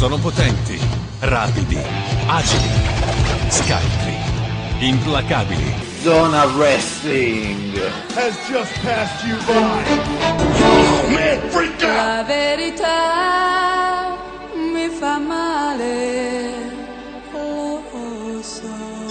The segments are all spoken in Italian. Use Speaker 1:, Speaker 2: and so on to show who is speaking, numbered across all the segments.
Speaker 1: Sono potenti, rapidi, agili, scaltri, implacabili.
Speaker 2: Zona Wrestling
Speaker 3: has just passed you by. Oh man, freak out!
Speaker 4: La verità mi fa male, lo so.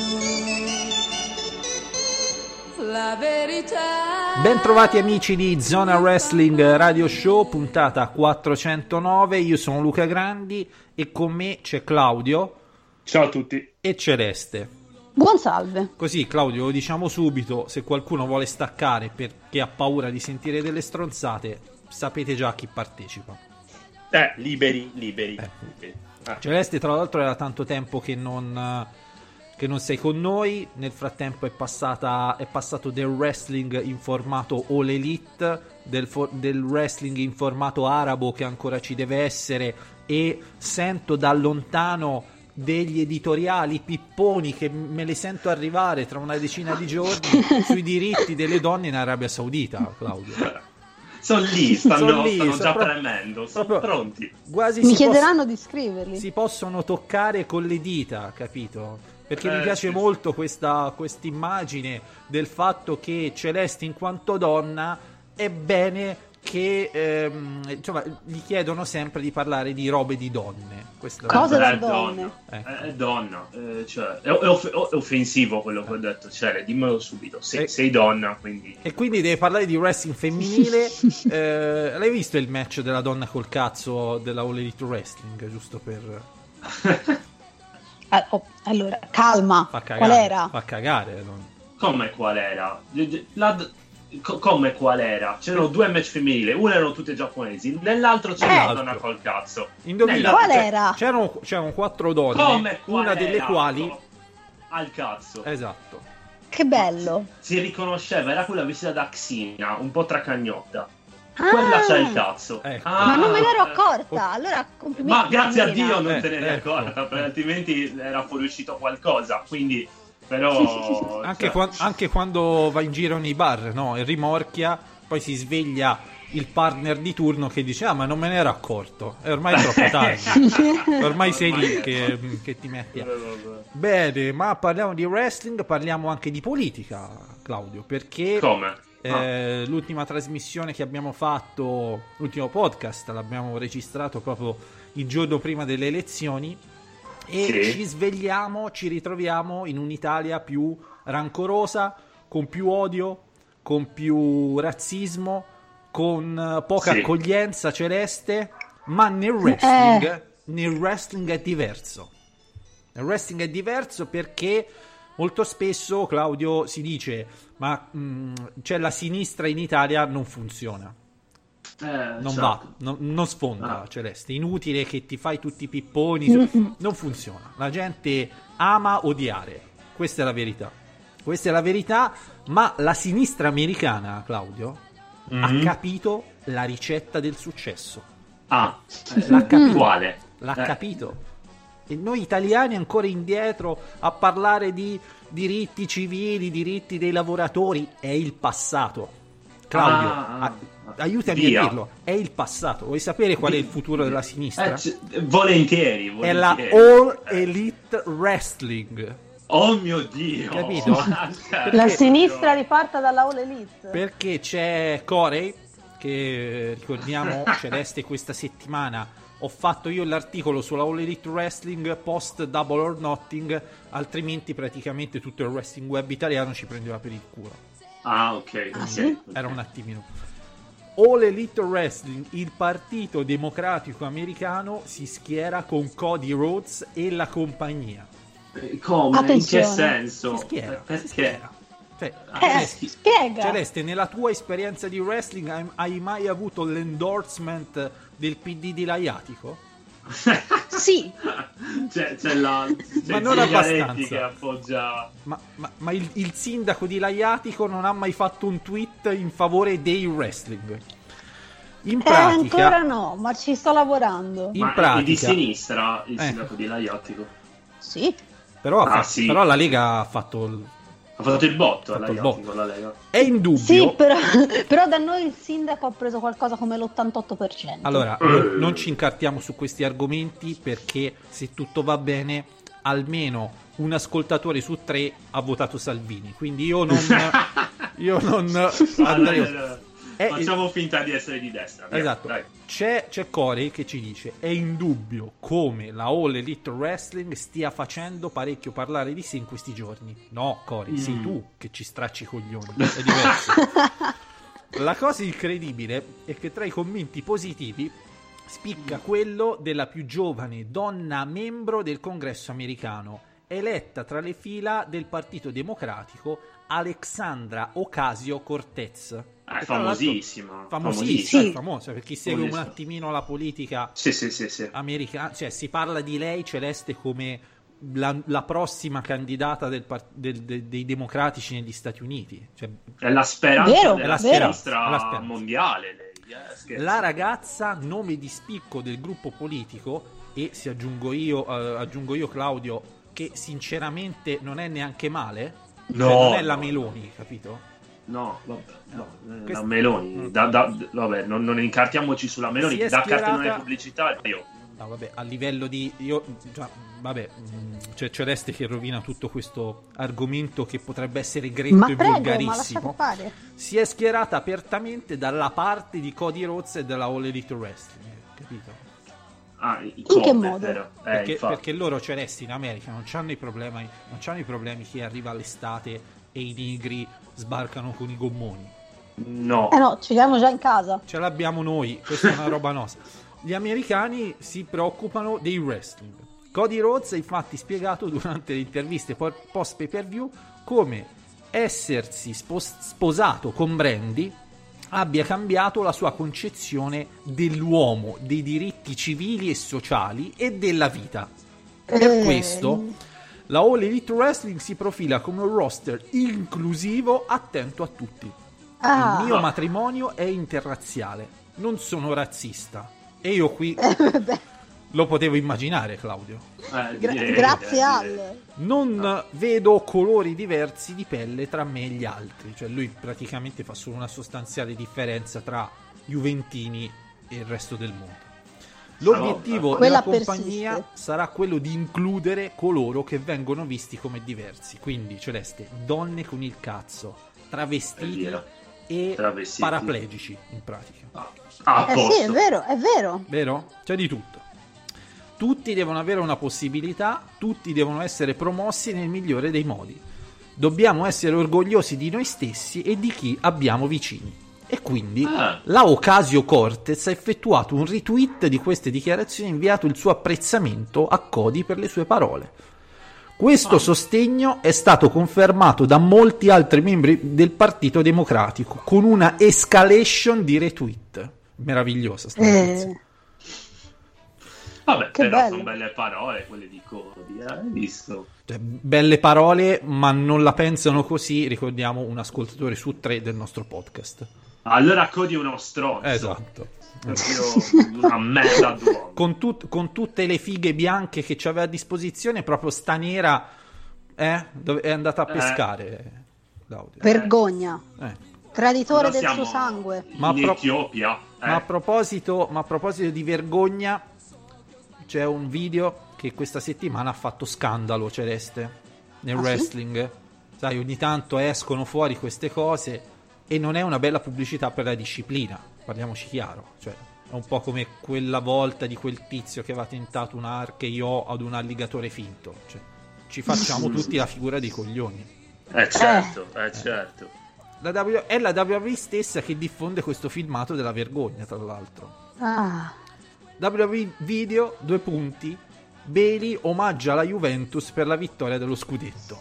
Speaker 4: La verità.
Speaker 5: Ben trovati amici di Zona Wrestling Radio Show, puntata 409. Io sono Luca Grandi e con me c'è Claudio.
Speaker 6: Ciao a tutti.
Speaker 5: E Celeste.
Speaker 7: Buon salve.
Speaker 5: Così Claudio, lo diciamo subito, se qualcuno vuole staccare perché ha paura di sentire delle stronzate, sapete già a chi partecipa.
Speaker 6: Liberi.
Speaker 5: Celeste tra l'altro era tanto tempo che non sei con noi. Nel frattempo è passato del wrestling in formato All Elite, del wrestling in formato arabo che ancora ci deve essere, e sento da lontano degli editoriali pipponi che me li sento arrivare tra una decina di giorni sui diritti delle donne in Arabia Saudita, Claudio.
Speaker 6: Sono lì, stanno già premendo, sono pronti.
Speaker 7: Quasi mi chiederanno di scriverli.
Speaker 5: Si possono toccare con le dita, capito? Perché mi piace molto questa immagine del fatto che Celeste in quanto donna è bene che insomma gli chiedono sempre di parlare di robe di donne.
Speaker 7: Cose da donne.
Speaker 6: È donna, cioè, è offensivo quello che ho detto, cioè, dimmelo subito, sei donna, quindi... E
Speaker 5: quindi deve parlare di wrestling femminile. L'hai visto il match della donna col cazzo della All Elite Wrestling, giusto per...
Speaker 7: Allora, calma, qual era?
Speaker 5: Fa cagare.
Speaker 6: Come qual era? Come qual era? C'erano due match femminili, uno erano tutte giapponesi, nell'altro c'era una donna col cazzo.
Speaker 5: Indovina
Speaker 7: qual era?
Speaker 5: C'erano 4 donne, una delle quali
Speaker 6: al cazzo.
Speaker 5: Esatto.
Speaker 7: Che bello.
Speaker 6: Si riconosceva, era quella vestita da Xina, un po' tracagnotta. Quella c'ha il cazzo.
Speaker 5: Ecco.
Speaker 7: Ma non me ne ero accorta. Allora complimenti.
Speaker 6: Ma grazie a Dio non te ne eri
Speaker 5: ecco.
Speaker 6: accorta, perché altrimenti era fuoriuscito qualcosa, quindi... Però
Speaker 5: anche quando va in giro nei bar, no? E rimorchia, poi si sveglia il partner di turno che dice: ah, ma non me ne ero accorto, è ormai troppo tardi. Ormai sei lì che ti metti bene. Ma parliamo di wrestling, parliamo anche di politica, Claudio, perché
Speaker 6: come?
Speaker 5: L'ultima trasmissione che abbiamo fatto, l'ultimo podcast, l'abbiamo registrato proprio il giorno prima delle elezioni. E ci svegliamo, ci ritroviamo in un'Italia più rancorosa, con più odio, con più razzismo, con poca accoglienza, Celeste. Ma nel wrestling è diverso. Nel wrestling è diverso perché molto spesso, Claudio, si dice ma c'è la sinistra in Italia, non funziona. Non sfonda, Celeste. Inutile che ti fai tutti i pipponi. Non funziona. La gente ama odiare. Questa è la verità. Ma la sinistra americana, Claudio, ha capito la ricetta del successo.
Speaker 6: L'ha capito. Quale?
Speaker 5: L'ha capito. E noi italiani ancora indietro a parlare di diritti civili, diritti dei lavoratori. È il passato. Claudio, aiutami a dirlo. È il passato. Vuoi sapere qual è il futuro della sinistra?
Speaker 6: Volentieri.
Speaker 5: È la All Elite Wrestling.
Speaker 6: Oh mio Dio!
Speaker 5: Capito?
Speaker 7: La sinistra riparta dalla All Elite.
Speaker 5: Perché c'è Corey, che ricordiamo, Celeste, questa settimana ho fatto io l'articolo sulla All Elite Wrestling post Double or Nothing, altrimenti praticamente tutto il wrestling web italiano ci prendeva per il culo.
Speaker 7: Sì?
Speaker 5: Era un attimino. All Elite Wrestling, il partito democratico americano, si schiera con Cody Rhodes e la compagnia.
Speaker 6: Come?
Speaker 7: Attenzione.
Speaker 6: In che senso?
Speaker 5: Si schiera.
Speaker 6: Perché?
Speaker 5: Cioè,
Speaker 7: spiega.
Speaker 5: Celeste, nella tua esperienza di wrestling hai mai avuto l'endorsement del PD di Laiatico?
Speaker 7: Sì.
Speaker 6: C'è
Speaker 5: ma non abbastanza
Speaker 6: che appoggia.
Speaker 5: Ma il sindaco di Laiatico non ha mai fatto un tweet in favore dei wrestling. In pratica
Speaker 7: ancora no, ma ci sto lavorando.
Speaker 5: In pratica
Speaker 6: di sinistra il sindaco di Laiatico.
Speaker 7: Sì.
Speaker 5: Però la Lega ha fatto
Speaker 6: Ha fatto il botto
Speaker 5: Fatto il
Speaker 6: all'Aiati
Speaker 5: botto.
Speaker 6: con la Lega.
Speaker 5: È indubbio.
Speaker 7: Sì, però da noi il sindaco ha preso qualcosa come l'88%.
Speaker 5: Allora, non ci incartiamo su questi argomenti perché se tutto va bene, almeno un ascoltatore su 3 ha votato Salvini. Quindi io non andrei.
Speaker 6: Facciamo finta di essere di destra. Via,
Speaker 5: Esatto.
Speaker 6: dai.
Speaker 5: C'è Corey che ci dice: è indubbio come la All Elite Wrestling stia facendo parecchio parlare di sé in questi giorni. No, Corey, sei tu che ci stracci i coglioni. È diverso. La cosa incredibile è che tra i commenti positivi spicca quello della più giovane donna membro del Congresso americano, eletta tra le fila del Partito Democratico, Alexandra Ocasio-Cortez.
Speaker 6: È famosissima.
Speaker 5: Famosissima,
Speaker 7: Sì.
Speaker 5: famosa, per chi segue un
Speaker 6: Famosissima.
Speaker 5: attimino la politica
Speaker 6: Sì.
Speaker 5: americana, cioè si parla di lei, Celeste, come la prossima candidata dei democratici negli Stati Uniti. Cioè,
Speaker 6: È la speranza
Speaker 7: Vero,
Speaker 6: della
Speaker 7: vero.
Speaker 6: sinistra mondiale. Lei. Scherzo.
Speaker 5: la ragazza, nome di spicco del gruppo politico, e se aggiungo io Claudio, che sinceramente non è neanche male,
Speaker 6: No,
Speaker 5: cioè non è la
Speaker 6: no,
Speaker 5: Meloni, capito?
Speaker 6: No, vabbè, no,
Speaker 5: Questa-
Speaker 6: la Meloni. Vabbè, non incartiamoci sulla Meloni.
Speaker 5: Si è
Speaker 6: Da
Speaker 5: schierata-
Speaker 6: cartellone pubblicitario.
Speaker 5: No, vabbè, a livello di... c'è Celeste che rovina tutto questo argomento che potrebbe essere gretto
Speaker 7: Ma
Speaker 5: e
Speaker 7: prego, ma lasciate
Speaker 5: volgarissimo.
Speaker 7: fare.
Speaker 5: Si è schierata apertamente dalla parte di Cody Rhodes e della All Elite Wrestling, capito?
Speaker 7: In che modo?
Speaker 6: Vero.
Speaker 5: Perché loro, Celeste, in America non c'hanno i problemi che arriva l'estate e i nigri sbarcano con i gommoni.
Speaker 6: No.
Speaker 7: No, ce li abbiamo già in casa.
Speaker 5: Ce l'abbiamo noi, questa è una roba nostra. Gli americani si preoccupano dei wrestling. Cody Rhodes ha infatti spiegato durante le interviste post pay per view come essersi sposato con Brandy abbia cambiato la sua concezione dell'uomo, dei diritti civili e sociali e della vita. Per questo la All Elite Wrestling si profila come un roster inclusivo, attento a tutti. Il mio matrimonio è interrazziale, non sono razzista. E io qui lo potevo immaginare, Claudio.
Speaker 7: Grazie al...
Speaker 5: Non vedo colori diversi di pelle tra me e gli altri. Cioè lui praticamente fa solo una sostanziale differenza tra juventini e il resto del mondo. L'obiettivo della
Speaker 7: Quella
Speaker 5: compagnia
Speaker 7: persiste.
Speaker 5: sarà quello di includere coloro che vengono visti come diversi. Quindi, Celeste, donne con il cazzo, travestiti e
Speaker 6: Travestiti.
Speaker 5: paraplegici, in pratica.
Speaker 6: A posto.
Speaker 7: sì, è vero.
Speaker 5: Vero? C'è di tutto. Tutti devono avere una possibilità, tutti devono essere promossi nel migliore dei modi. Dobbiamo essere orgogliosi di noi stessi e di chi abbiamo vicini. E quindi la Ocasio-Cortez ha effettuato un retweet di queste dichiarazioni e inviato il suo apprezzamento a Cody per le sue parole. Questo sostegno è stato confermato da molti altri membri del Partito Democratico con una escalation di retweet. Meravigliosa sta notizia.
Speaker 6: Vabbè,
Speaker 7: Che
Speaker 6: però
Speaker 7: bello.
Speaker 6: sono belle parole quelle di Cody, hai visto?
Speaker 5: Cioè, belle parole, ma non la pensano così, ricordiamo, un ascoltatore su 3 del nostro podcast.
Speaker 6: Allora Cody è uno stronzo.
Speaker 5: Esatto.
Speaker 6: Proprio una merda d'uomo.
Speaker 5: Con tutte le fighe bianche che c'aveva a disposizione, proprio sta nera è andata a pescare. Claudio.
Speaker 7: Vergogna. Traditore
Speaker 6: Però
Speaker 7: del suo
Speaker 6: siamo
Speaker 7: sangue.
Speaker 6: in Etiopia.
Speaker 5: Ma a proposito di vergogna, c'è un video che questa settimana ha fatto scandalo, Celeste, nel wrestling. Sai, ogni tanto escono fuori queste cose e non è una bella pubblicità per la disciplina, parliamoci chiaro. Cioè, è un po' come quella volta di quel tizio che aveva tentato un RKO ad un alligatore finto. Cioè, ci facciamo tutti la figura dei coglioni.
Speaker 6: Certo.
Speaker 5: È la WWE stessa che diffonde questo filmato della vergogna, tra l'altro. WWE Video, 2 punti, Bailey omaggia la Juventus per la vittoria dello scudetto.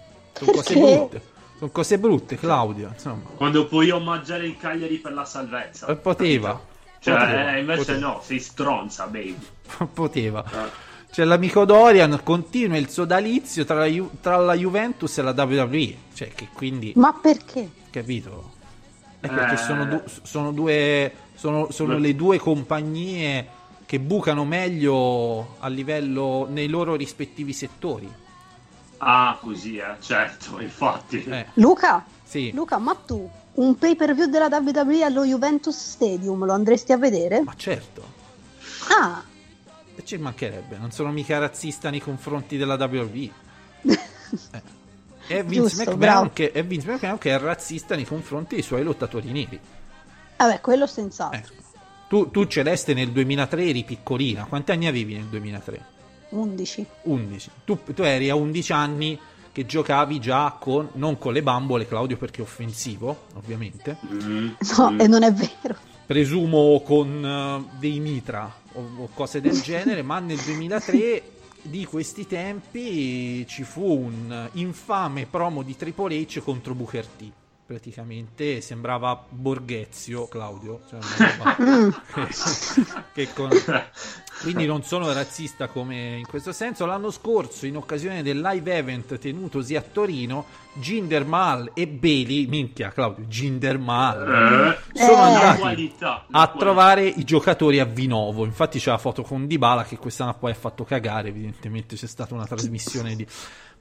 Speaker 5: Sono cose brutte, Claudio, insomma.
Speaker 6: Quando puoi omaggiare il Cagliari per la salvezza.
Speaker 5: Poteva.
Speaker 6: Invece no, sei stronza, baby.
Speaker 5: Poteva. C'è l'amico Dorian, continua il sodalizio tra la Juventus e la WWE. Cioè, che quindi...
Speaker 7: Ma perché?
Speaker 5: Capito? È perché sono le due compagnie che bucano meglio a livello nei loro rispettivi settori.
Speaker 6: Ah, così, certo, infatti.
Speaker 7: Luca,
Speaker 5: Sì.
Speaker 7: Luca, ma tu un pay-per-view della WWE allo Juventus Stadium lo andresti a vedere?
Speaker 5: Ma certo.
Speaker 7: Ah,
Speaker 5: E ci mancherebbe, non sono mica razzista nei confronti della WWE. È Vince
Speaker 7: Giusto,
Speaker 5: McMahon che è razzista nei confronti dei suoi lottatori neri.
Speaker 7: vabbè, quello senz'altro.
Speaker 5: Tu Celeste nel 2003 eri piccolina, quanti anni avevi nel 2003?
Speaker 7: 11.
Speaker 5: 11. Tu eri a 11 anni che giocavi già con, non con le bambole, Claudio, perché è offensivo, ovviamente.
Speaker 7: No, e non è vero.
Speaker 5: Presumo con dei mitra o cose del genere, ma nel 2003 di questi tempi ci fu un infame promo di Triple H contro Booker T. Praticamente sembrava Borghezio, Claudio, cioè una roba quindi non sono razzista come in questo senso. L'anno scorso, in occasione del live event tenutosi a Torino, Jinder Mahal e Bayley, minchia Claudio, Jinder Mahal sono andati a trovare i giocatori a Vinovo. Infatti c'è la foto con Dybala, che quest'anno poi ha fatto cagare, evidentemente c'è stata una trasmissione di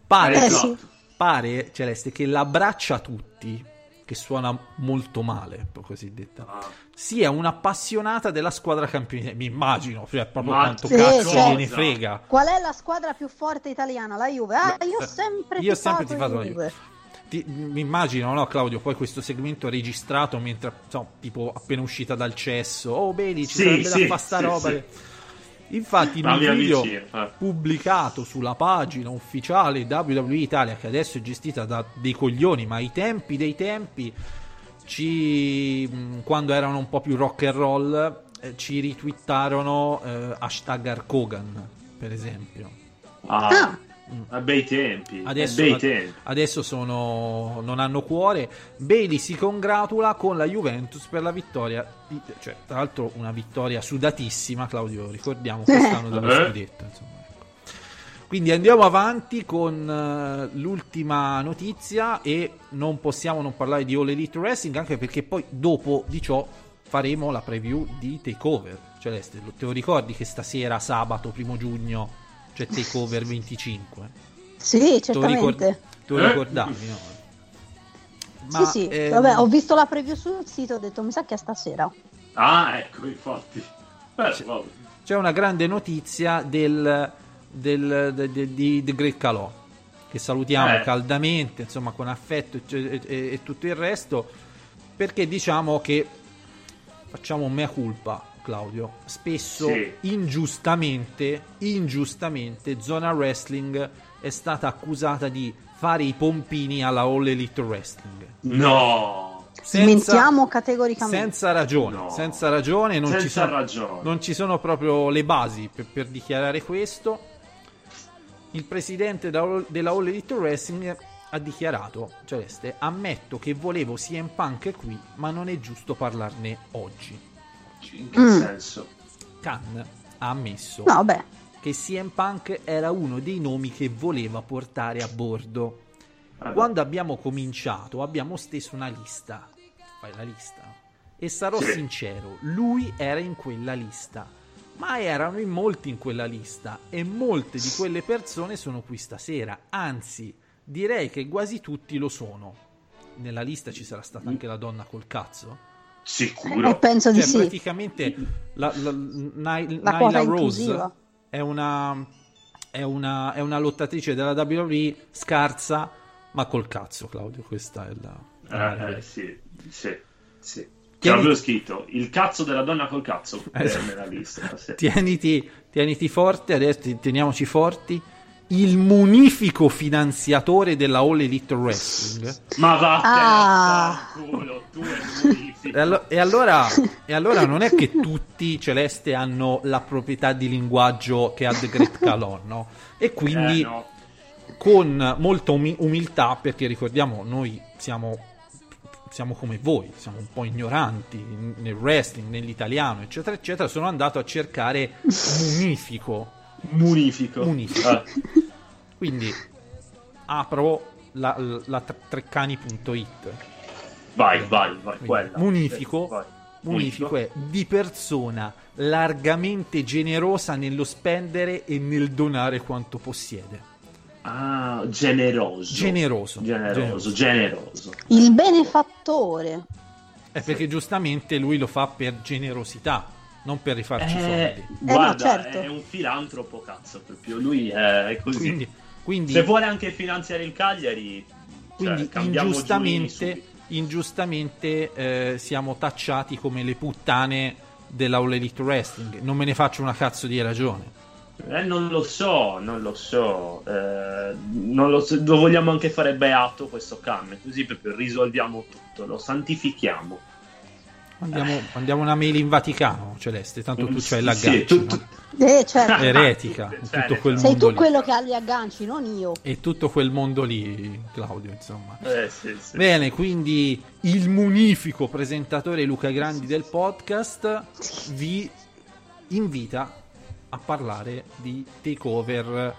Speaker 5: pare Celeste che l'abbraccia tutti, che suona molto molto così detta, sia un'appassionata della squadra campione. Mi immagino, cioè, proprio quanto cazzo gliene frega.
Speaker 7: Qual è la squadra più forte italiana? La Juve. Io ho sempre tifato
Speaker 5: la Juve. Mi immagino, no, Claudio, poi questo segmento registrato mentre, tipo, appena uscita dal cesso. Oh, Bailey, ci sarebbe da fare sta roba. Infatti, in un video pubblicato sulla pagina ufficiale WWE Italia, che adesso è gestita da dei coglioni, ma ai tempi dei tempi, quando erano un po' più rock and roll, ci ritwittarono #Arkogan, per esempio.
Speaker 6: A bei tempi.
Speaker 5: Adesso non hanno cuore. Bayley si congratula con la Juventus per la vittoria, cioè, tra l'altro una vittoria sudatissima, Claudio, ricordiamo quest'anno dello scudetto, insomma, ecco. Quindi andiamo avanti con l'ultima notizia, e non possiamo non parlare di All Elite Wrestling, anche perché poi dopo di ciò faremo la preview di TakeOver. Celeste, te lo ricordi che stasera, sabato 1 giugno, c'è TakeOver 25?
Speaker 7: Sì, certamente.
Speaker 5: Tu lo ricordavi, no?
Speaker 7: Ma, sì. Vabbè, ho visto la preview sul sito, ho detto mi sa che è stasera.
Speaker 6: Ah, ecco, infatti.
Speaker 5: C'è una grande notizia di The Great Khali, che salutiamo caldamente, insomma, con affetto e tutto il resto, perché diciamo che facciamo mea culpa, Claudio. Spesso ingiustamente Zona Wrestling è stata accusata di fare i pompini alla All Elite Wrestling.
Speaker 6: No,
Speaker 7: mentiamo categoricamente.
Speaker 5: Senza ragione, non ci sono proprio le basi per dichiarare questo. Il presidente della All Elite Wrestling ha dichiarato: Celeste, ammetto che volevo CM Punk qui, ma non è giusto parlarne oggi.
Speaker 6: In che senso?
Speaker 5: Khan ha ammesso che CM Punk era uno dei nomi che voleva portare a bordo. Quando abbiamo cominciato abbiamo steso una lista. Fai la lista. E sarò sincero, lui era in quella lista, ma erano in molti in quella lista, e molte di quelle persone sono qui stasera. Anzi, direi che quasi tutti lo sono. Nella lista ci sarà stata anche la donna col cazzo?
Speaker 6: Sicuro.
Speaker 7: Penso di sì.
Speaker 5: Praticamente Nyla Rose è una lottatrice della WWE scarsa, ma col cazzo, Claudio. Questa è la
Speaker 6: sì. Avevo scritto il cazzo della donna col cazzo nella lista.
Speaker 5: Tieniti forte, adesso teniamoci forti. Il munifico finanziatore della All Elite Wrestling.
Speaker 6: Ma vattene culo, tu è munifico.
Speaker 5: E allora non è che tutti, Celeste, hanno la proprietà di linguaggio che ha The Great Khali, no? E quindi con molta umiltà, perché ricordiamo, noi siamo come voi, siamo un po' ignoranti nel wrestling, nell'italiano, eccetera eccetera, sono andato a cercare munifico. Quindi apro la treccani.it.
Speaker 6: Vai, quella.
Speaker 5: Munifico è di persona largamente generosa nello spendere e nel donare quanto possiede.
Speaker 6: Ah, generoso.
Speaker 5: Generoso.
Speaker 7: Il benefattore.
Speaker 5: Perché giustamente lui lo fa per generosità, non per rifarci soldi.
Speaker 6: Guarda,
Speaker 7: no, certo.
Speaker 6: è un filantropo, cazzo, proprio lui è così.
Speaker 5: Quindi
Speaker 6: se vuole anche finanziare il Cagliari,
Speaker 5: quindi ingiustamente siamo tacciati come le puttane della All Elite Wrestling. Non me ne faccio una cazzo di ragione.
Speaker 6: Non lo so. Lo vogliamo anche fare beato questo Khan, così proprio risolviamo tutto, lo santifichiamo.
Speaker 5: Mandiamo una mail in Vaticano, Celeste, tanto tu c'hai
Speaker 6: l'aggancio,
Speaker 5: l'aggancio.
Speaker 7: Certo.
Speaker 5: Eretica, tutto quel
Speaker 7: Sei
Speaker 5: mondo
Speaker 7: tu
Speaker 5: lì.
Speaker 7: quello che ha gli agganci, non io.
Speaker 5: E tutto quel mondo lì, Claudio, insomma.
Speaker 6: Sì.
Speaker 5: Bene, quindi il munifico presentatore Luca Grandi del podcast vi invita a parlare di Takeover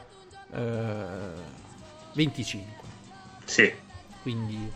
Speaker 5: 25.
Speaker 6: Sì.
Speaker 5: Quindi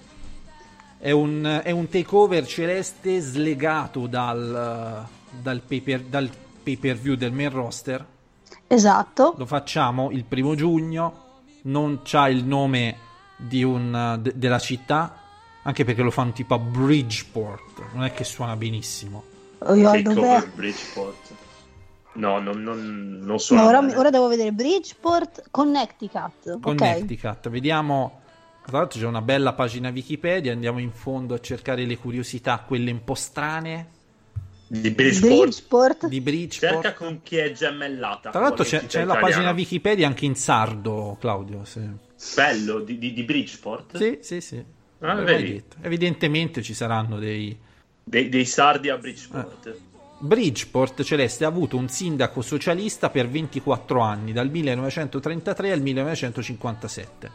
Speaker 5: è un takeover, Celeste, slegato dal pay-per-view del main roster.
Speaker 7: Esatto.
Speaker 5: Lo facciamo il 1 giugno, non c'ha il nome della città, anche perché lo fanno tipo a Bridgeport, non è che suona benissimo.
Speaker 6: Takeover Bridgeport. No, non suona.
Speaker 7: No, ora devo vedere Bridgeport, Connecticut.
Speaker 5: Connecticut, vediamo. Tra l'altro c'è una bella pagina Wikipedia, andiamo in fondo a cercare le curiosità, quelle un po' strane
Speaker 6: di Bridgeport.
Speaker 5: Cerca
Speaker 6: con chi è gemellata.
Speaker 5: Tra l'altro c'è la pagina Wikipedia anche in sardo, Claudio.
Speaker 6: Bello, di Bridgeport?
Speaker 5: Sì. Evidentemente ci saranno dei
Speaker 6: sardi a Bridgeport.
Speaker 5: Bridgeport, Celeste, ha avuto un sindaco socialista per 24 anni, dal 1933 al 1957.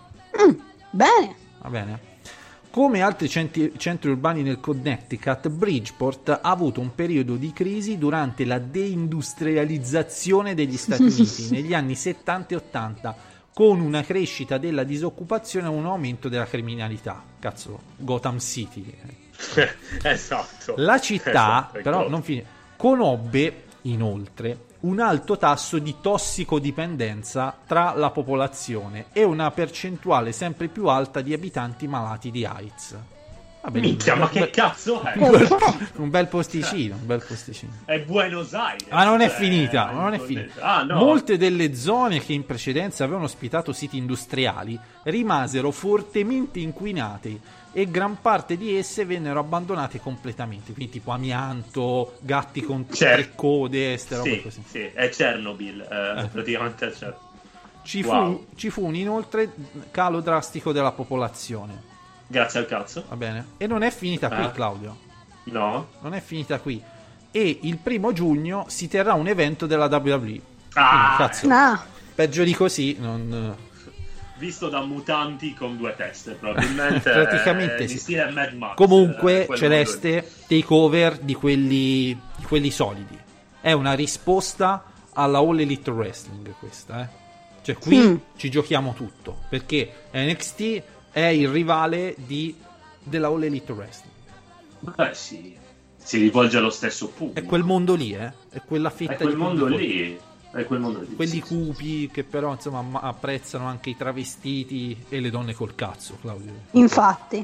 Speaker 7: Bene.
Speaker 5: Va bene. Come altri centri urbani nel Connecticut, Bridgeport ha avuto un periodo di crisi durante la deindustrializzazione degli Stati Uniti negli anni 70 e 80, con una crescita della disoccupazione e un aumento della criminalità. Cazzo, Gotham City.
Speaker 6: Esatto.
Speaker 5: La città, però, non conobbe inoltre un alto tasso di tossicodipendenza tra la popolazione e una percentuale sempre più alta di abitanti malati di AIDS. Vabbè,
Speaker 6: minchia, ma che cazzo è?
Speaker 5: Un bel posticino.
Speaker 6: È Buenos Aires.
Speaker 5: Ma non è finita.
Speaker 6: Ah, no.
Speaker 5: Molte delle zone che in precedenza avevano ospitato siti industriali rimasero fortemente inquinate e gran parte di esse vennero abbandonate completamente, quindi tipo amianto, gatti con tre code, robe così.
Speaker 6: Sì, è Chernobyl, praticamente è
Speaker 5: Chernobyl. Ci fu inoltre calo drastico della popolazione.
Speaker 6: Grazie al cazzo.
Speaker 5: Va bene. E non è finita qui, Claudio.
Speaker 6: No.
Speaker 5: Non è finita qui. E il 1 giugno si terrà un evento della WWE. Quindi, cazzo, peggio di così non...
Speaker 6: Visto da mutanti con due teste, probabilmente.
Speaker 5: Praticamente sì.
Speaker 6: Stile Mad Max,
Speaker 5: comunque, Celeste, takeover di quelli solidi. È una risposta alla All Elite Wrestling questa, Cioè qui ci giochiamo tutto, perché NXT è il rivale della All Elite Wrestling.
Speaker 6: Beh, sì. Si rivolge allo stesso pubblico.
Speaker 5: È quel mondo lì, È quella fetta
Speaker 6: di mondo
Speaker 5: pubblico
Speaker 6: lì. È quel mondo lì.
Speaker 5: Quelli cupi che però insomma apprezzano anche i travestiti e le donne col cazzo, Claudio.
Speaker 7: Infatti.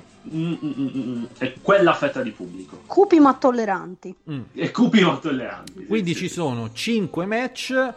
Speaker 6: È quella fetta di pubblico.
Speaker 7: Cupi ma tolleranti.
Speaker 5: Quindi ci sono 5 match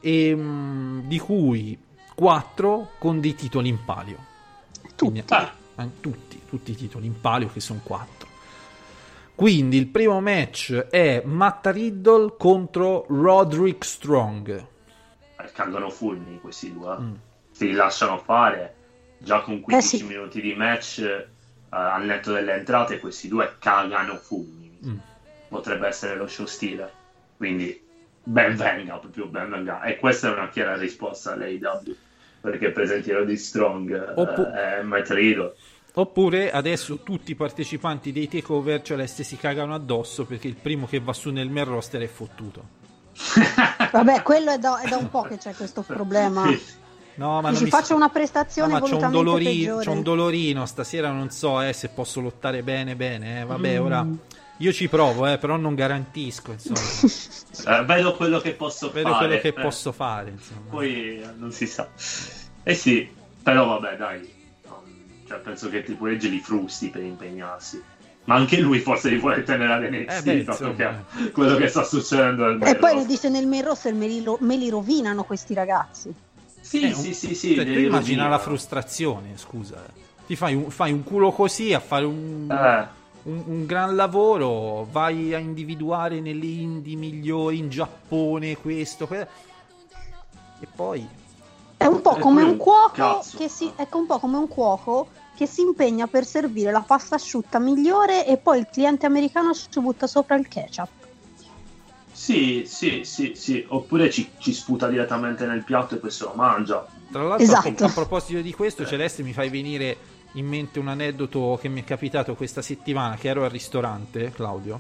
Speaker 5: di cui 4 con dei titoli in palio.
Speaker 7: Tutti.
Speaker 5: Tutti i titoli in palio, che sono 4. Quindi il primo match è Matt Riddle contro Roderick Strong.
Speaker 6: Cagano fulmini questi due. Si lasciano fare. Già con 15 minuti di match, al netto delle entrate, questi due cagano fulmini. Potrebbe essere lo show stile. Quindi ben venga. E questa è una chiara risposta all'AEW, perché presentino di Strong è Matt Riddle.
Speaker 5: Oppure adesso tutti i partecipanti dei takeover Celeste si cagano addosso perché il primo che va su nel main roster è fottuto.
Speaker 7: Vabbè, quello è da un po' che c'è questo problema.
Speaker 5: No, ma
Speaker 7: faccio una prestazione volutamente peggiore.
Speaker 5: C'ho un dolorino stasera, non so se posso lottare bene. Vabbè, ora io ci provo, però non garantisco, insomma.
Speaker 6: Vedo quello che posso fare.
Speaker 5: Insomma.
Speaker 6: Poi non si sa. Eh sì, però vabbè, dai. Cioè, penso che Triple H li frusti per impegnarsi. Ma anche lui forse li vuole tenere ad NXT, dato che quello che sta succedendo nel
Speaker 7: E poi ne dice nel main roster me li rovinano questi ragazzi.
Speaker 6: Sì, sì.
Speaker 5: Cioè, tu immagina la frustrazione, scusa. Ti fai un culo così a fare un gran lavoro, vai a individuare nelle indie migliori in Giappone questo. E poi...
Speaker 7: È un po' come un cuoco ecco, un po' come un cuoco che si impegna per servire la pasta asciutta migliore e poi il cliente americano ci butta sopra il ketchup.
Speaker 6: Sì. Oppure ci sputa direttamente nel piatto e poi se lo mangia.
Speaker 5: Tra l'altro,
Speaker 7: esatto.
Speaker 5: A proposito di questo, Celeste, mi fai venire in mente un aneddoto che mi è capitato questa settimana, che ero al ristorante, Claudio,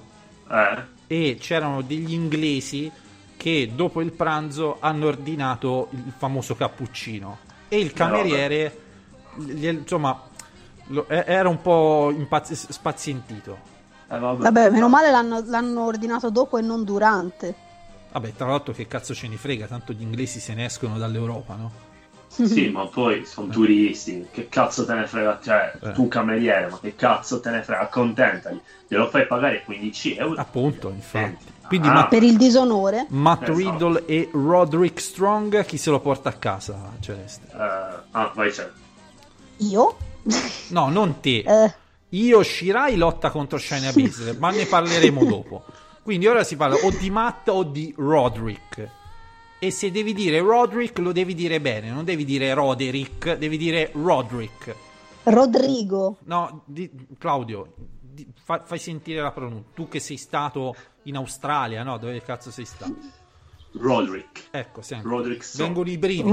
Speaker 5: e c'erano degli inglesi che dopo il pranzo hanno ordinato il famoso cappuccino e il cameriere insomma era un po' spazientito.
Speaker 7: Vabbè, meno male l'hanno ordinato dopo e non durante.
Speaker 5: Vabbè, tra l'altro che cazzo ce ne frega, tanto gli inglesi se ne escono dall'Europa, no?
Speaker 6: Sì, ma poi sono turisti, che cazzo te ne frega, cioè tu cameriere, ma che cazzo te ne frega, accontentali, glielo fai pagare 15 euro.
Speaker 5: Appunto, infatti. Quindi
Speaker 7: per il disonore
Speaker 5: Matt Riddle e Roderick Strong, chi se lo porta a casa, Celeste?
Speaker 6: Vai, c'è.
Speaker 7: Io?
Speaker 5: No, non te. Io Shirai lotta contro Shayna Baszler, ma ne parleremo dopo. Quindi ora si parla o di Matt o di Roderick. E se devi dire Roderick lo devi dire bene, non devi dire Roderick, devi dire Roderick.
Speaker 7: Rodrigo.
Speaker 5: No, Claudio, fai sentire la pronuncia. Tu che sei stato in Australia, no? Dove cazzo sei stato?
Speaker 6: Roderick.
Speaker 5: Ecco, senti.
Speaker 6: Roderick.
Speaker 5: Vengono i brividi.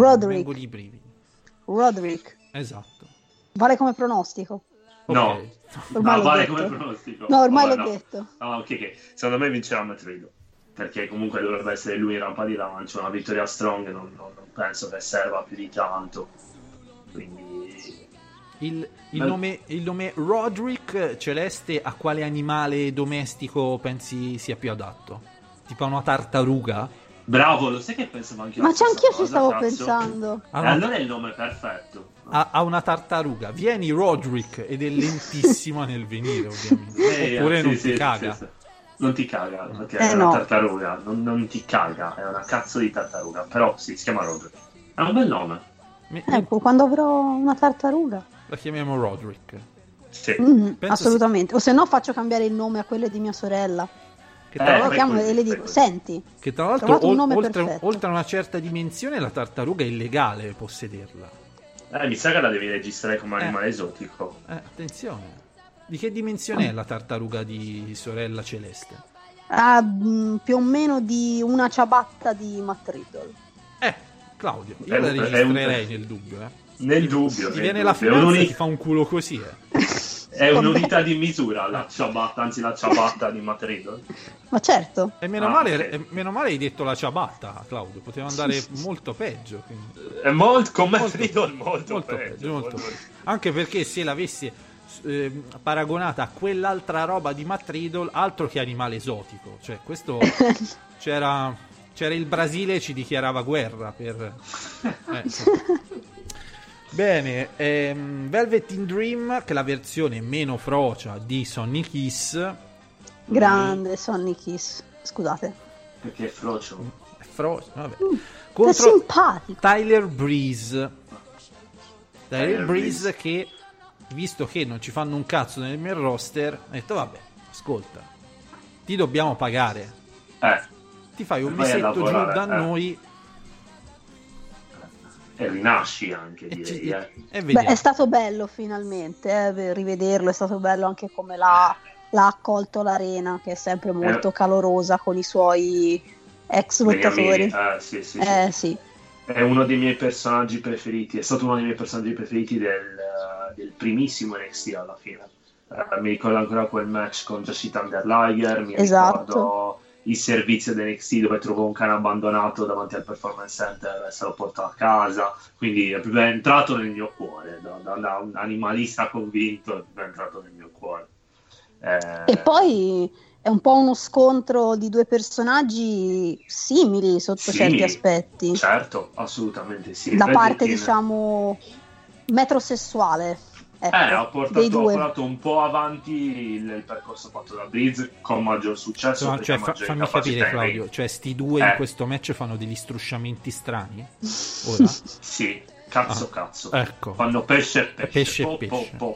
Speaker 7: Roderick.
Speaker 5: Esatto.
Speaker 7: Vale come pronostico?
Speaker 6: No.
Speaker 5: Okay.
Speaker 7: Ormai
Speaker 6: vale
Speaker 7: detto.
Speaker 6: come pronostico.
Speaker 7: No, ormai l'ho detto.
Speaker 6: Ok. Secondo me vincerà Matt Riddle. Perché comunque dovrebbe essere lui in rampa di lancio, una vittoria strong non penso che serva più di tanto, quindi
Speaker 5: il nome Roderick, Celeste, a quale animale domestico pensi sia più adatto? Tipo a una tartaruga?
Speaker 6: Bravo, lo sai che pensavo anche io.
Speaker 7: Ma c'è anch'io ci stavo
Speaker 6: cazzo?
Speaker 7: Pensando.
Speaker 6: Allora è il nome perfetto.
Speaker 5: A una tartaruga. Vieni Roderick, ed è lentissima nel venire, ovviamente. Oppure non ti caga.
Speaker 6: Sì. Non ti caga, perché è una tartaruga, non ti caga, è una cazzo di tartaruga, però sì, si chiama Roderick. È un bel nome.
Speaker 7: Ecco, quando avrò una tartaruga
Speaker 5: la chiamiamo Roderick.
Speaker 6: Sì.
Speaker 7: Assolutamente. O se no faccio cambiare il nome a quelle di mia sorella.
Speaker 5: Che tra
Speaker 7: lo chiamo e le dico, senti.
Speaker 5: Che tra l'altro oltre a una certa dimensione la tartaruga è illegale possederla.
Speaker 6: Mi sa che la devi registrare come animale esotico.
Speaker 5: Attenzione. Di che dimensione è la tartaruga di sorella Celeste?
Speaker 7: Più o meno di una ciabatta di Matt Riddle.
Speaker 5: Claudio, io la registrerei nel dubbio.
Speaker 6: Nel dubbio.
Speaker 5: Ti viene la finanza e ti fa un culo così.
Speaker 6: È un'unità di misura la ciabatta, anzi la ciabatta di Matt Riddle.
Speaker 7: Ma certo.
Speaker 5: E meno male hai detto la ciabatta, Claudio. Poteva andare molto peggio. Quindi.
Speaker 6: È con Matt Riddle molto peggio.
Speaker 5: Anche perché se l'avessi paragonata a quell'altra roba di Matt Riddle, altro che animale esotico, cioè questo c'era il Brasile ci dichiarava guerra per bene. Velvet in Dream, che è la versione meno frocia di Sonny Kiss.
Speaker 7: Grande Sonny Kiss, scusate,
Speaker 6: perché è frocio,
Speaker 5: vabbè. Contro
Speaker 7: è simpatico
Speaker 5: Tyler Breeze, che visto che non ci fanno un cazzo nel mio roster, ha detto vabbè, ascolta, ti dobbiamo pagare, ti fai un mesetto giù da noi
Speaker 6: e rinasci anche, direi.
Speaker 7: È stato bello finalmente rivederlo, è stato bello anche come l'ha accolto l'Arena, che è sempre molto calorosa con i suoi ex lottatori. Sì.
Speaker 6: È uno dei miei personaggi preferiti, è stato uno dei miei personaggi preferiti del primissimo NXT alla fine. Mi ricordo ancora quel match con Josh Thunder Liger, ricordo il servizio di NXT dove trovo un cane abbandonato davanti al Performance Center e se lo porto a casa, quindi è entrato nel mio cuore, da un animalista convinto è entrato nel mio cuore.
Speaker 7: E poi è un po' uno scontro di due personaggi simili sotto certi aspetti.
Speaker 6: Certo, assolutamente sì.
Speaker 7: La parte, diciamo, metrosessuale. Ecco,
Speaker 6: ha portato un po' avanti il percorso fatto da Breeze con maggior successo.
Speaker 5: No, cioè, fammi capire, Claudio, cioè sti due in questo match fanno degli strusciamenti strani? Ora?
Speaker 6: Sì, cazzo.
Speaker 5: Ecco.
Speaker 6: Fanno pesce.
Speaker 5: Ecco.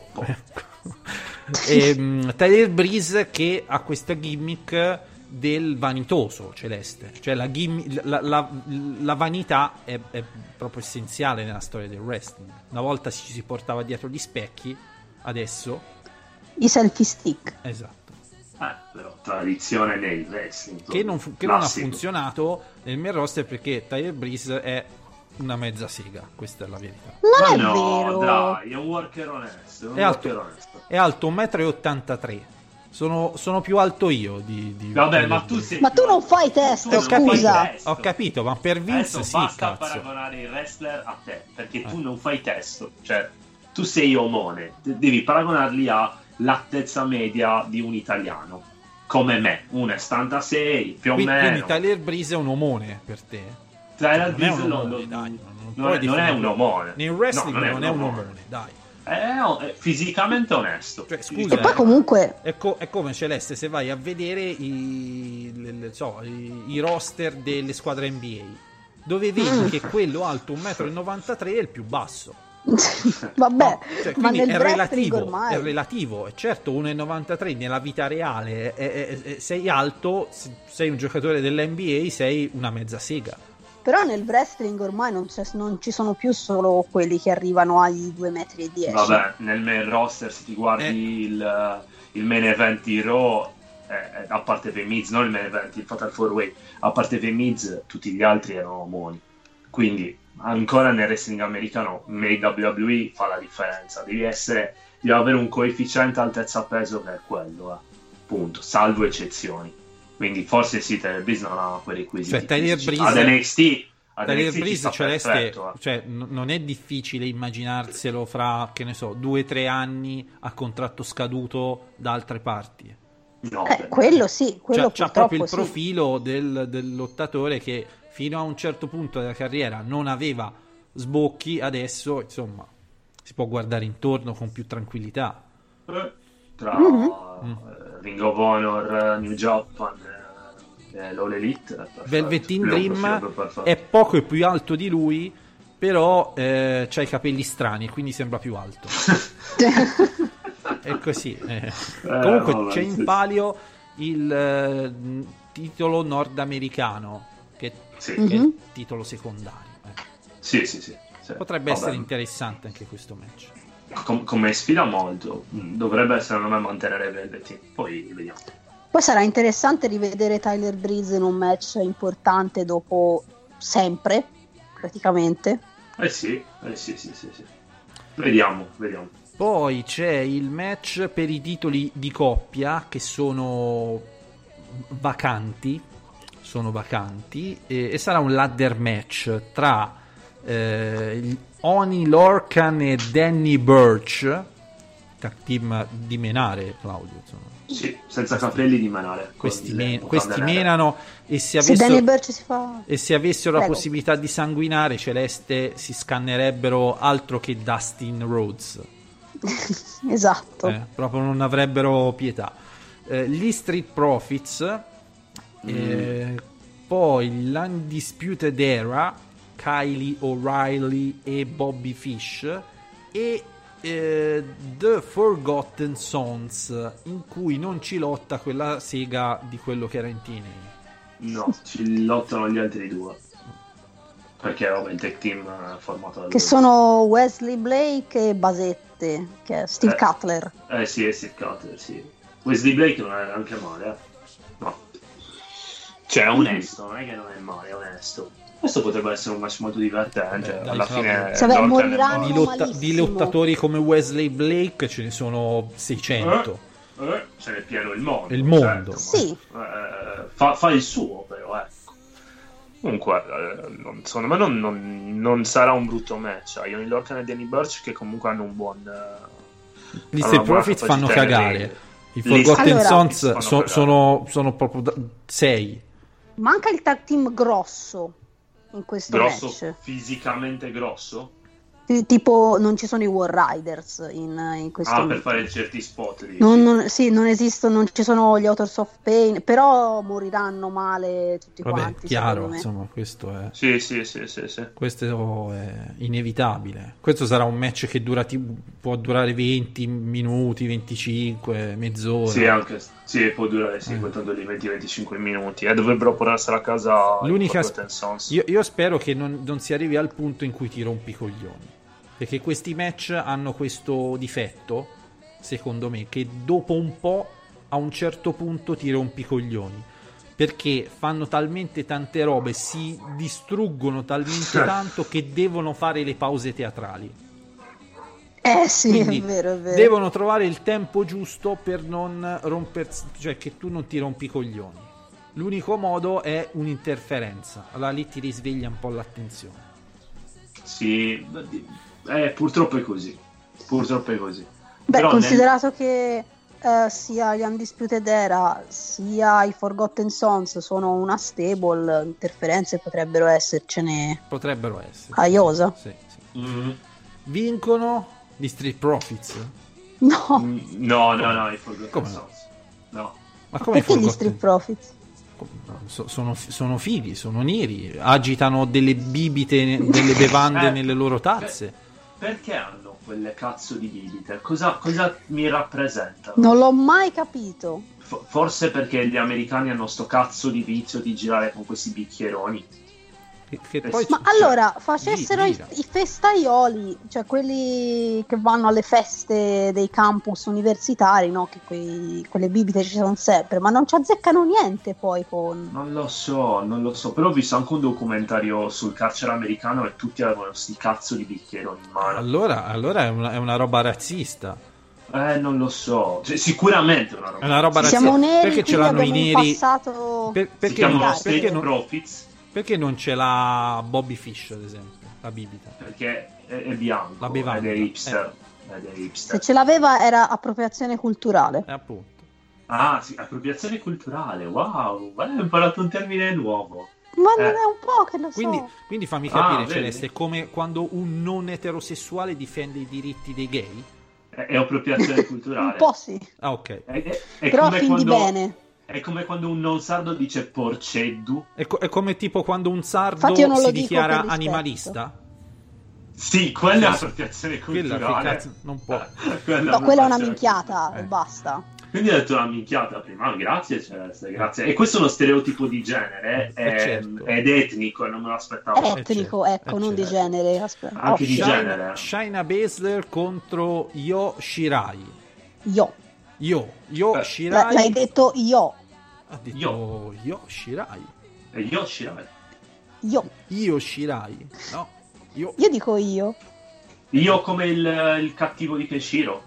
Speaker 5: Tyler Breeze che ha questa gimmick del vanitoso Celeste, cioè la vanità è proprio essenziale nella storia del wrestling. Una volta ci si portava dietro gli specchi, adesso
Speaker 7: i selfie stick.
Speaker 5: Esatto.
Speaker 6: Però tradizione nel wrestling
Speaker 5: che non ha funzionato nel main roster perché Tyler Breeze è una mezza sega, questa è la verità.
Speaker 7: Non è vero,
Speaker 6: dai, è un worker onesto.
Speaker 5: È alto 1,83 m. Sono più alto io di
Speaker 6: Vabbè, ma tu
Speaker 7: non fai test, scusa.
Speaker 5: Ho capito, ma per Vince sì,
Speaker 6: basta
Speaker 5: cazzo.
Speaker 6: paragonare il wrestler a te, perché tu non fai testo, cioè tu sei omone, devi paragonarli all'altezza media di un italiano come me, 1,76 più o meno.
Speaker 5: Quindi Tyler Breeze è un omone per te?
Speaker 6: Tyler Breeze non è un omone.
Speaker 5: Nel wrestling non è un omone, dai.
Speaker 6: È fisicamente onesto.
Speaker 5: Cioè, scusa,
Speaker 7: e poi comunque
Speaker 5: è come Celeste, se vai a vedere i roster delle squadre NBA, dove vedi che quello alto 1,93 m è il più basso.
Speaker 7: Vabbè,
Speaker 5: no, cioè,
Speaker 7: ma nel
Speaker 5: è
Speaker 7: ormai
Speaker 5: è relativo. È certo, 1,93 nella vita reale sei alto, sei un giocatore dell'NBA, sei una mezza sega.
Speaker 7: Però nel wrestling ormai non ci sono più solo quelli che arrivano ai 2,10 metri.
Speaker 6: Vabbè, nel main roster se ti guardi il main event di Raw, a parte The Miz, non il main event, il Fatal 4-Way, a parte The Miz, tutti gli altri erano omoni. Quindi ancora nel wrestling americano, nei WWE fa la differenza. Devi avere un coefficiente altezza peso che è quello, punto, salvo eccezioni. Quindi forse sì, Tyler Breeze non ha quei requisiti.
Speaker 5: Cioè Tyler Breeze
Speaker 6: ad NXT
Speaker 5: Tyler Breeze
Speaker 6: Celeste, perfetto,
Speaker 5: cioè, non è difficile immaginarselo fra, che ne so, 2-3 anni a contratto scaduto da altre parti.
Speaker 6: No,
Speaker 7: quello sì, quello
Speaker 5: c'ha proprio il profilo del lottatore che fino a un certo punto della carriera non aveva sbocchi, adesso insomma si può guardare intorno con più tranquillità.
Speaker 6: Tra Ring of Honor, New Japan, l'All Elite,
Speaker 5: Velveteen Dream è poco più alto di lui, però c'ha i capelli strani e quindi sembra più alto. È così. Comunque c'è in palio il titolo nordamericano che è il titolo secondario.
Speaker 6: Sì.
Speaker 5: Potrebbe essere interessante anche questo match.
Speaker 6: Come sfida molto, dovrebbe secondo me mantenere Velveteen, poi vediamo.
Speaker 7: Poi sarà interessante rivedere Tyler Breeze in un match importante dopo sempre, praticamente.
Speaker 6: Sì. Vediamo.
Speaker 5: Poi c'è il match per i titoli di coppia che sono vacanti e sarà un ladder match tra Oni Lorcan e Danny Burch, tag team di menare, Claudio, insomma.
Speaker 6: Sì, senza capelli di menare.
Speaker 5: Questi menano e se avessero la possibilità di sanguinare, Celeste si scannerebbero altro che Dustin Rhodes.
Speaker 7: Esatto.
Speaker 5: Proprio non avrebbero pietà. Gli Street Profits, poi l'Undisputed Era, Kylie O'Reilly e Bobby Fish, e The Forgotten Sons, in cui non ci lotta quella sega di quello che era in TNA.
Speaker 6: No, ci lottano gli altri due, perché è il tag team formato da
Speaker 7: che sono Wesley Blake e Basette, che è Steve Cutler.
Speaker 6: Sì, è Steve Cutler, sì. Wesley Blake non è anche male, no, cioè è onesto, non è che non è male, è onesto. Questo potrebbe essere un match molto divertente. Alla fine
Speaker 5: di lottatori come Wesley Blake ce ne sono 600.
Speaker 6: Ce n'è pieno il mondo.
Speaker 5: Certo,
Speaker 7: sì.
Speaker 6: Fa il suo, però, ecco. Comunque, secondo me non sarà un brutto match. Ioni Lorcan e Danny Burch, che comunque hanno un buon.
Speaker 5: Gli Street Profits fanno cagare. I Forgotten Sons sono proprio 6.
Speaker 7: Manca il tag team grosso in questo match.
Speaker 6: Fisicamente grosso?
Speaker 7: Tipo non ci sono i War Riders in questo
Speaker 6: per fare certi spot
Speaker 7: non esistono, non ci sono gli Authors of Pain, però moriranno male tutti quanti,
Speaker 5: chiaro, insomma, questo è
Speaker 6: sì.
Speaker 5: Questo è inevitabile. Questo sarà un match che può durare 20 minuti, 25, mezz'ora.
Speaker 6: Può durare contando di 20-25 minuti e dovrebbero portarsela a casa.
Speaker 5: Io spero che non si arrivi al punto in cui ti rompi i coglioni, perché questi match hanno questo difetto, secondo me, che dopo un po', a un certo punto ti rompi i coglioni, perché fanno talmente tante robe, si distruggono talmente tanto che devono fare le pause teatrali.
Speaker 7: Sì, quindi è vero.
Speaker 5: Devono trovare il tempo giusto per non rompersi, cioè che tu non ti rompi i coglioni. L'unico modo è un'interferenza, allora lì ti risveglia un po' l'attenzione.
Speaker 6: Sì, purtroppo è così.
Speaker 7: Però considerato che sia gli Undisputed Era sia i Forgotten Sons sono una stable, interferenze potrebbero essercene. A iosa.
Speaker 5: Sì. Mm-hmm. Vincono gli Street Profits?
Speaker 7: No,
Speaker 6: i Forgotten Sons. No.
Speaker 5: Ma come
Speaker 7: perché gli Street Profits?
Speaker 5: Sono fighi, sono neri, agitano delle bibite, delle bevande nelle loro tazze.
Speaker 6: Perché hanno quelle cazzo di bibite? Cosa mi rappresentano?
Speaker 7: Non l'ho mai capito.
Speaker 6: Forse perché gli americani hanno sto cazzo di vizio di girare con questi bicchieroni.
Speaker 7: Ma allora facessero i festaioli, cioè quelli che vanno alle feste dei campus universitari, no? Che quelle bibite ci sono sempre, ma non ci azzeccano niente poi con.
Speaker 6: Non lo so, però ho visto anche un documentario sul carcere americano e tutti avevano sti cazzo di bicchieroni in mano.
Speaker 5: Allora è una roba razzista.
Speaker 6: Non lo so, cioè, sicuramente
Speaker 5: è una roba razzista.
Speaker 7: Siamo neri,
Speaker 5: perché ce l'hanno i neri?
Speaker 6: Perché Profits?
Speaker 5: Perché non ce l'ha Bobby Fish, ad esempio, la bibita?
Speaker 6: Perché è bianco,
Speaker 5: la bevanda.
Speaker 6: Ed è hipster.
Speaker 7: Se ce l'aveva era appropriazione culturale.
Speaker 5: Appunto.
Speaker 6: Ah, sì, appropriazione culturale, wow, ho imparato un termine nuovo.
Speaker 7: Ma non è un po' che lo so.
Speaker 5: Quindi fammi capire, Celeste, come quando un non eterosessuale difende i diritti dei gay?
Speaker 6: È appropriazione culturale.
Speaker 7: Un po' sì.
Speaker 5: Ah, ok.
Speaker 7: Però quindi bene.
Speaker 6: È come quando un non sardo dice porceddu.
Speaker 5: È come tipo quando un sardo si dichiara animalista.
Speaker 6: Sì, quella è appropriazione culturale.
Speaker 5: Non può.
Speaker 7: No, quella è una minchiata e basta.
Speaker 6: Quindi ho detto una minchiata prima. Grazie Celeste, grazie. E questo è uno stereotipo di genere ed etnico, e non me lo aspettavo.
Speaker 7: Etnico, non di genere. Aspetta.
Speaker 6: Anche di genere.
Speaker 5: Shayna Baszler contro Io Shirai. Io Shirai.
Speaker 7: L'hai detto io.
Speaker 5: Ha detto Io Shirai.
Speaker 6: Io Shirai.
Speaker 5: Io Shirai. No. Io
Speaker 7: dico io.
Speaker 6: Io come il cattivo di Kenshiro.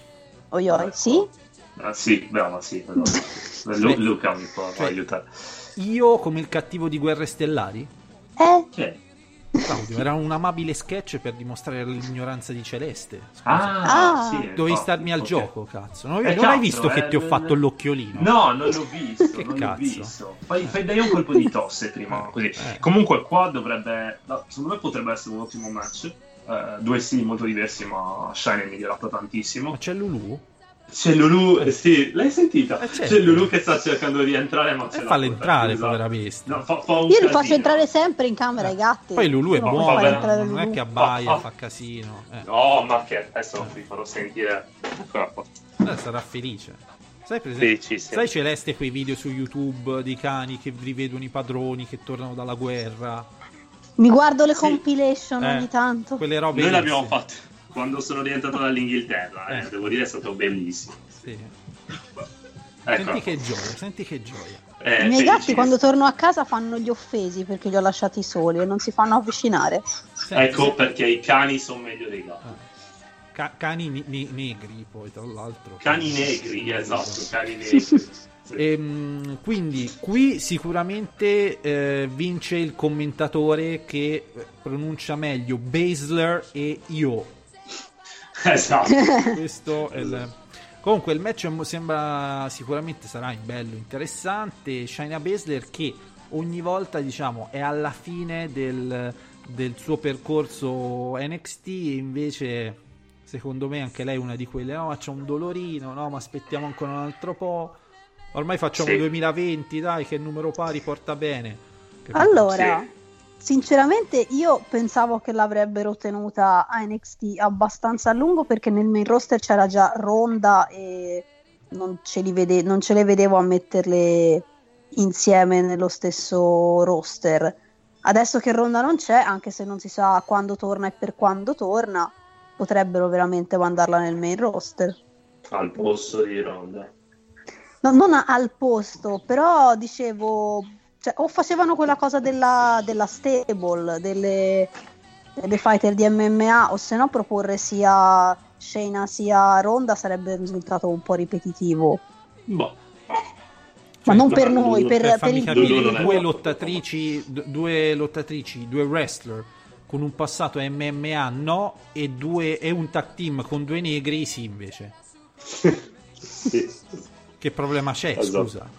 Speaker 7: Sì?
Speaker 6: Sì, brava, sì. Luca mi può aiutare.
Speaker 5: Io come il cattivo di Guerre Stellari?
Speaker 6: Che?
Speaker 5: Claudio, era un amabile sketch per dimostrare l'ignoranza di Celeste.
Speaker 6: Sì.
Speaker 5: Dovevi starmi al gioco, cazzo. Non hai visto che ti ho fatto l'occhiolino?
Speaker 6: No, non l'ho visto.
Speaker 5: Che
Speaker 6: non
Speaker 5: cazzo?
Speaker 6: L'ho visto. Fai dai un colpo di tosse prima, così. Comunque qua secondo me potrebbe essere un ottimo match. Due stili molto diversi, ma Shine è migliorato tantissimo.
Speaker 5: Ma c'è Lulu?
Speaker 6: C'è Lulu, sì, l'hai sentita?
Speaker 5: Certo.
Speaker 6: C'è Lulu che sta cercando di entrare, ma
Speaker 5: falla entrare, povera bestia.
Speaker 6: No, fa
Speaker 7: io li faccio entrare sempre in camera i gatti.
Speaker 5: Poi Lulu è buono, non è che abbaia, fa casino.
Speaker 6: No, ma che adesso vi farò sentire.
Speaker 5: Sarà felice. Sai Celeste quei video su YouTube di cani che rivedono i padroni che tornano dalla guerra?
Speaker 7: Mi guardo le compilation ogni tanto.
Speaker 5: Quelle robe.
Speaker 6: Noi l'abbiamo fatte quando sono rientrato dall'Inghilterra, devo dire è stato bellissimo.
Speaker 5: Sì.
Speaker 6: Ecco.
Speaker 5: Senti che gioia.
Speaker 7: I miei gatti quando torno a casa fanno gli offesi perché li ho lasciati soli e non si fanno avvicinare.
Speaker 6: Ecco perché i cani sono meglio dei gatti.
Speaker 5: Cani negri poi tra l'altro.
Speaker 6: Cani negri, esatto, cani negri.
Speaker 5: Quindi qui sicuramente vince il commentatore che pronuncia meglio Baszler e Io.
Speaker 6: Esatto.
Speaker 5: Questo è Comunque il match sembra sicuramente sarà bello, interessante. Shayna Baszler che ogni volta diciamo è alla fine del suo percorso NXT e invece secondo me anche lei è una di quelle, no ma c'è un dolorino, no ma aspettiamo ancora un altro po', ormai facciamo 2020, dai che il numero pari porta bene.
Speaker 7: Allora sinceramente io pensavo che l'avrebbero tenuta a NXT abbastanza a lungo perché nel main roster c'era già Ronda e non ce le vedevo a metterle insieme nello stesso roster. Adesso che Ronda non c'è, anche se non si sa quando torna e per quando torna, potrebbero veramente mandarla nel main roster.
Speaker 6: Al posto di Ronda.
Speaker 7: No, non al posto, però dicevo, cioè, o facevano quella cosa della stable, delle fighter di MMA, o se no proporre sia Shayna sia Ronda sarebbe un risultato un po' ripetitivo.
Speaker 6: Boh.
Speaker 7: Ma non per noi, per
Speaker 5: farmi
Speaker 7: il
Speaker 5: capire, due lottatrici, due wrestler con un passato MMA no, e un tag team con due negri sì invece.
Speaker 6: Sì.
Speaker 5: Che problema c'è,
Speaker 6: esatto.
Speaker 5: Scusa?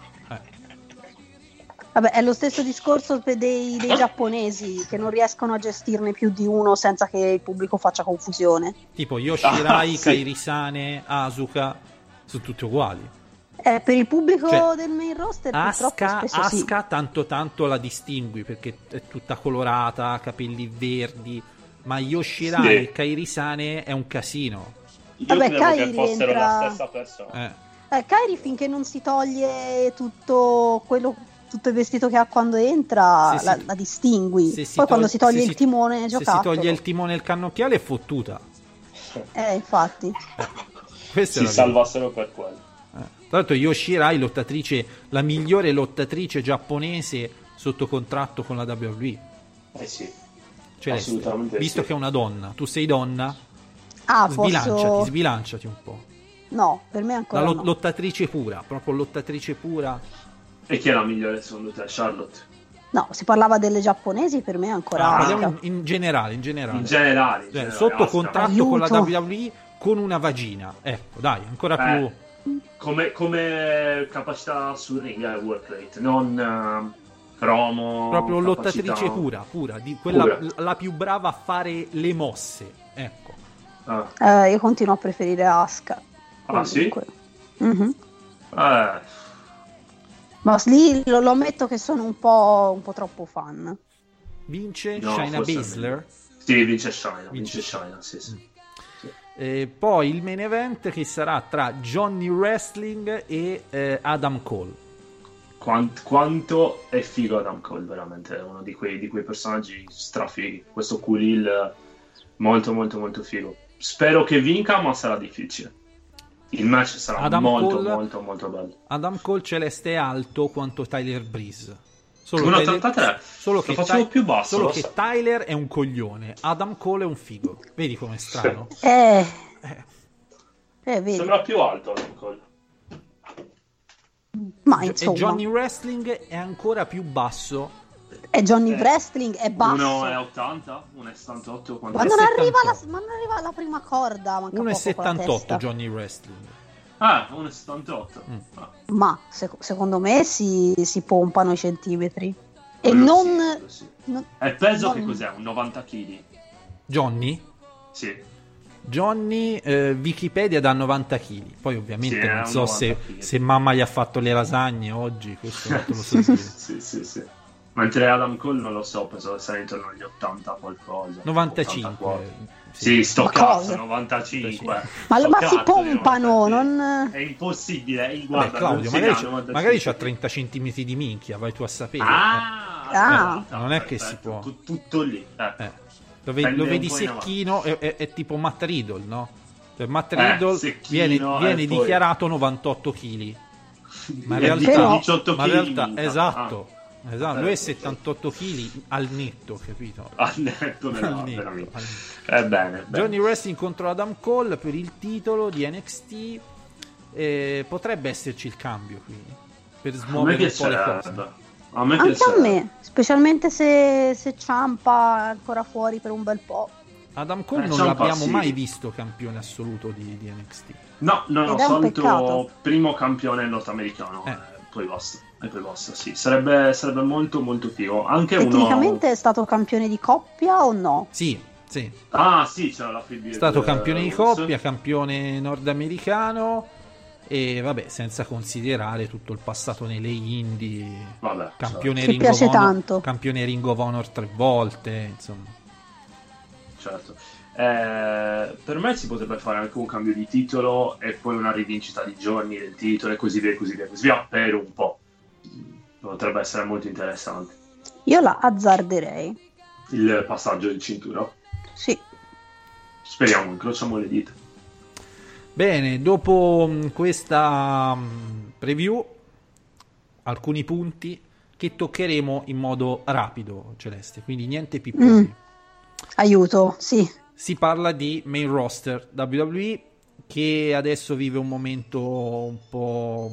Speaker 7: Vabbè, è lo stesso discorso dei giapponesi che non riescono a gestirne più di uno senza che il pubblico faccia confusione.
Speaker 5: Tipo Yoshirai, Kairi Sane, Asuka, sono tutti uguali.
Speaker 7: Per il pubblico del main roster purtroppo spesso
Speaker 5: Asuka tanto la distingui perché è tutta colorata, capelli verdi, ma Yoshirai e Kairi Sane è un casino.
Speaker 6: Io
Speaker 7: Vabbè,
Speaker 6: credo
Speaker 7: Kairi
Speaker 6: che fossero
Speaker 7: entra...
Speaker 6: la stessa persona.
Speaker 7: Kairi finché non si toglie tutto il vestito che ha quando entra la distingui. Poi quando si toglie il timone giocattolo,
Speaker 5: se si toglie il timone e il cannocchiale è fottuta.
Speaker 7: Infatti
Speaker 6: Si salva solo per quello.
Speaker 5: Tra l'altro Yoshirai, la migliore lottatrice giapponese sotto contratto con la WWE.
Speaker 6: Sì.
Speaker 5: Cioè,
Speaker 6: assolutamente
Speaker 5: visto che è una donna, tu sei donna, sbilanciati un po'.
Speaker 7: No, per me ancora no.
Speaker 5: Lottatrice pura, proprio lottatrice pura.
Speaker 6: E chi è la migliore secondo te? Charlotte?
Speaker 7: No, si parlava delle giapponesi, per me ancora
Speaker 5: parliamo in generale. Cioè, sotto
Speaker 6: Asuka.
Speaker 5: contratto
Speaker 7: Aiuto.
Speaker 5: con la WWE con una vagina. Ecco, dai, ancora più...
Speaker 6: Come capacità sul ring, work rate, non promo.
Speaker 5: Proprio
Speaker 6: capacità...
Speaker 5: lottatrice pura, quella la più brava a fare le mosse. Ecco.
Speaker 7: Io continuo a preferire Asuka.
Speaker 6: Sì?
Speaker 7: Mm-hmm. Ma lì lo ammetto che sono un po' troppo fan.
Speaker 5: Vince Shayna Baszler?
Speaker 6: Sì, vince Shayna, sì.
Speaker 5: Poi il main event che sarà tra Johnny Wrestling e Adam Cole.
Speaker 6: Quanto è figo Adam Cole, veramente è uno di quei personaggi strafighi. Questo Kulil molto molto molto figo. Spero che vinca, ma sarà difficile. Il match sarà molto bello.
Speaker 5: Adam Cole celeste è alto quanto Tyler Breeze.
Speaker 6: 1,83.
Speaker 5: Solo che
Speaker 6: lo facevo più basso.
Speaker 5: Solo che Tyler è un coglione, Adam Cole è un figo. Vedi com'è strano?
Speaker 7: Vedi.
Speaker 6: Sembra più alto Adam Cole.
Speaker 7: Ma insomma.
Speaker 5: E Johnny Wrestling è ancora più basso.
Speaker 7: E Johnny Wrestling è basso.
Speaker 6: 1,80, 1,78.
Speaker 7: Ma non arriva alla prima corda.
Speaker 5: 1,78 Johnny Wrestling.
Speaker 6: 1,78.
Speaker 7: Ma secondo me si pompano i centimetri. E
Speaker 6: è peso che cos'è? Un 90 kg?
Speaker 5: Johnny?
Speaker 6: Sì.
Speaker 5: Johnny, Wikipedia da 90 kg. Poi ovviamente non so se mamma gli ha fatto le lasagne oggi. Questo non te lo so dire.
Speaker 6: sì. Mentre Adam Cole non lo so, penso che sia intorno agli 80 qualcosa.
Speaker 5: 95.
Speaker 6: 84. Sì, sto cazzo, 95.
Speaker 7: Ma si pompano, non...
Speaker 6: È impossibile. Guarda,
Speaker 5: Claudio, magari c'ha 30 centimetri di minchia, vai tu a sapere. Non è che si può.
Speaker 6: Tutto lì.
Speaker 5: Lo vedi secchino, è tipo Matt Riddle, no? Cioè, Matt Riddle viene dichiarato 98 kg. Ma in realtà esatto. Lui è 78 kg al netto, capito?
Speaker 6: Al netto veramente. Bene.
Speaker 5: Johnny Wrestling contro Adam Cole per il titolo di NXT. Potrebbe esserci il cambio qui per smuovere un po' le cose.
Speaker 7: Anche a me, specialmente se Ciampa è ancora fuori per un bel po'.
Speaker 5: Adam Cole non l'abbiamo mai visto campione assoluto di NXT.
Speaker 6: No, solito primo campione nordamericano, poi basta. E poi basta, sì. Sarebbe molto molto figo. Anche
Speaker 7: tecnicamente è stato campione di coppia o no?
Speaker 5: Sì.
Speaker 6: Ah, sì, c'era la Freebird.
Speaker 5: È stato campione di coppia, campione nordamericano e vabbè, senza considerare tutto il passato nelle indie.
Speaker 6: Vabbè,
Speaker 5: campione
Speaker 7: Ring of Honor, tanto.
Speaker 5: Campione Ring of Honor 3 volte, insomma.
Speaker 6: Certo. Per me si potrebbe fare anche un cambio di titolo e poi una rivincita di giorni del titolo e così via per un po'. Potrebbe essere molto interessante.
Speaker 7: Io la azzarderei.
Speaker 6: Il passaggio di cintura?
Speaker 7: Sì.
Speaker 6: Speriamo, incrociamo le dita.
Speaker 5: Bene, dopo questa preview, alcuni punti che toccheremo in modo rapido, Celeste, quindi niente pipponi.
Speaker 7: Aiuto, sì.
Speaker 5: Si parla di main roster WWE che adesso vive un momento un po'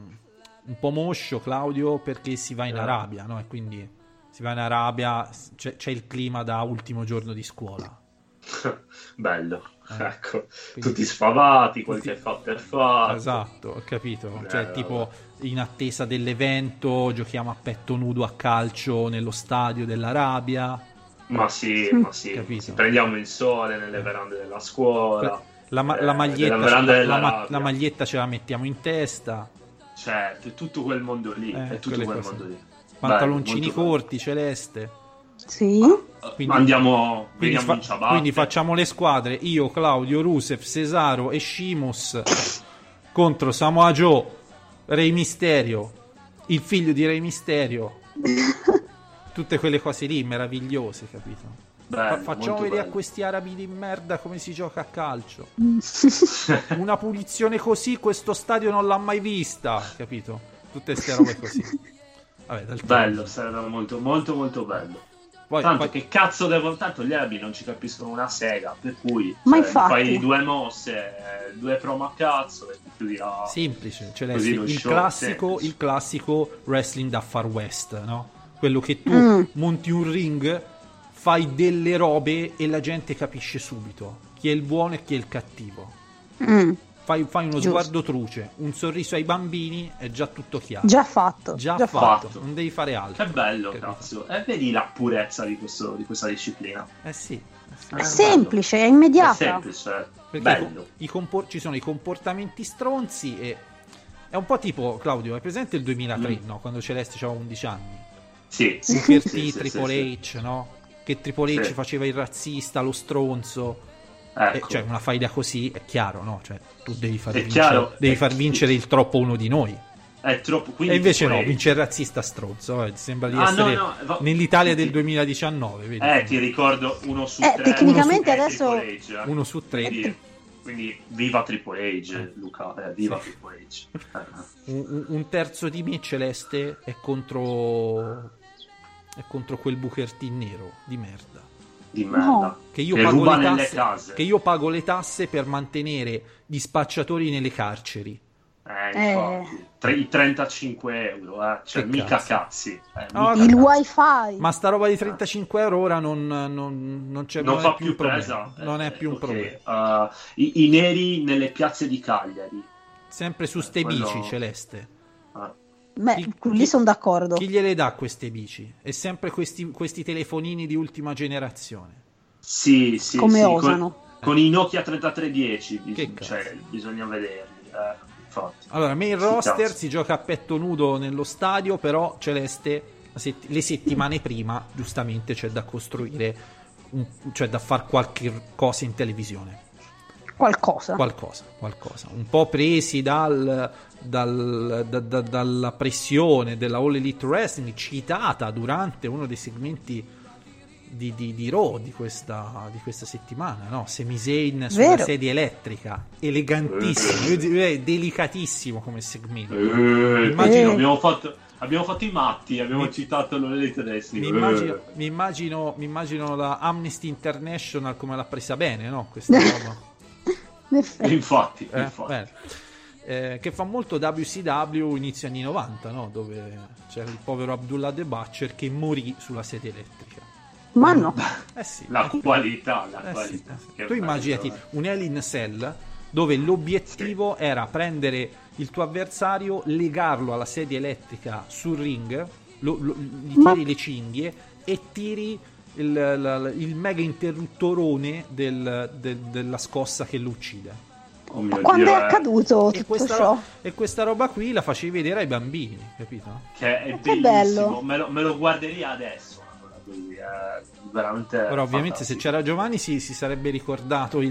Speaker 5: moscio, Claudio, perché si va in Arabia, no? E quindi si va in Arabia, c'è il clima da ultimo giorno di scuola.
Speaker 6: Bello, ecco, quindi, tutti sfavati, qualche fatto è fatto.
Speaker 5: Esatto, ho capito. Cioè, tipo, in attesa dell'evento giochiamo a petto nudo a calcio nello stadio dell'Arabia.
Speaker 6: Ma sì, prendiamo il sole nelle verande della scuola.
Speaker 5: La maglietta ce la mettiamo in testa.
Speaker 6: Certo, è tutto quel mondo lì.
Speaker 5: Pantaloncini corti, Celeste.
Speaker 7: Sì.
Speaker 5: Quindi facciamo le squadre. Io, Claudio, Rusev, Cesaro e Sheamus contro Samoa Joe, Rey Mysterio, il figlio di Rey Mysterio. Tutte quelle cose lì meravigliose, capito? Facciamo vedere a questi arabi di merda come si gioca a calcio. Una punizione così questo stadio non l'ha mai vista, capito? Tutte ste robe così. Vabbè,
Speaker 6: bello, sarebbe molto molto molto bello. Tanto che cazzo devono, tanto gli arabi non ci capiscono una sega, per cui fai due mosse, due promo a cazzo e ti chiudi la...
Speaker 5: Semplice, cioè il classico wrestling da Far West, no? Quello che tu monti un ring, fai delle robe e la gente capisce subito chi è il buono e chi è il cattivo. Fai uno sguardo truce, un sorriso ai bambini, è già tutto chiaro.
Speaker 7: Già fatto.
Speaker 5: Non devi fare altro.
Speaker 6: Che bello, cazzo. E vedi la purezza di questa disciplina.
Speaker 5: Sì.
Speaker 7: È semplice, è immediata.
Speaker 6: È semplice,
Speaker 5: bello. Ci sono i comportamenti stronzi e... È un po' tipo, Claudio, hai presente il 2003, no? Quando Celeste aveva 11 anni?
Speaker 6: Sì.
Speaker 5: Booker T, Triple H, no? Che Triple H faceva il razzista, lo stronzo.
Speaker 6: Ecco.
Speaker 5: Cioè, una faida così è chiaro, no? Cioè, tu devi far vincere il troppo uno di noi.
Speaker 6: È troppo,
Speaker 5: e invece no, vince il razzista stronzo. Sembra di essere nell'Italia del 2019. Vedi?
Speaker 6: Ti ricordo 1 su 3.
Speaker 7: Tecnicamente adesso
Speaker 5: 1 su 3.
Speaker 6: Quindi viva Triple H, Luca, viva Triple H.
Speaker 5: Un terzo di me, Celeste, è contro quel Booker T nero di merda. Che io pago le tasse per mantenere gli spacciatori nelle carceri.
Speaker 6: I 35 euro, cioè mica cazzi.
Speaker 7: Il wifi.
Speaker 5: Ma sta roba di 35 euro ora non c'è,
Speaker 6: non fa
Speaker 5: più
Speaker 6: più
Speaker 5: un problema.
Speaker 6: presa.
Speaker 5: Non è più un problema.
Speaker 6: I neri nelle piazze di Cagliari.
Speaker 5: Sempre su ste bici, Celeste.
Speaker 7: Lì sono d'accordo.
Speaker 5: Chi gliele dà queste bici? E sempre questi telefonini di ultima generazione.
Speaker 6: Sì.
Speaker 7: Come osano?
Speaker 6: Con i Nokia 3310 bisogna vederli. Infatti.
Speaker 5: Allora, main roster si gioca a petto nudo nello stadio, però Celeste le settimane prima giustamente c'è da costruire, cioè da fare qualche cosa in televisione. Qualcosa. Un po' presi dalla pressione della All Elite Wrestling, citata durante uno dei segmenti di Raw di questa settimana, no? Sami Zayn sulla sedia elettrica, elegantissimo, delicatissimo come segmento.
Speaker 6: Immagino abbiamo fatto i matti, abbiamo citato l'All Elite Wrestling.
Speaker 5: Mi immagino la Amnesty International come l'ha presa bene, no? Questa roba.
Speaker 6: Infatti.
Speaker 5: Che fa molto WCW inizio anni 90, no? Dove c'era il povero Abdullah The Butcher che morì sulla sedia elettrica.
Speaker 7: Ma no.
Speaker 6: La qualità.
Speaker 5: Tu immaginati un Hell in Cell dove l'obiettivo era prendere il tuo avversario, legarlo alla sedia elettrica sul ring, gli tiri le cinghie e tiri il mega interruttorone della scossa che lo uccide.
Speaker 6: Oh mio
Speaker 7: quando
Speaker 6: Dio,
Speaker 7: è accaduto tutto ciò?
Speaker 5: E questa roba qui la facevi vedere ai bambini, capito?
Speaker 6: che è
Speaker 7: Che
Speaker 6: bellissimo,
Speaker 7: bello.
Speaker 6: me lo guarderei adesso, veramente.
Speaker 5: Però ovviamente
Speaker 6: fantastico.
Speaker 5: se c'era Giovanni si sarebbe ricordato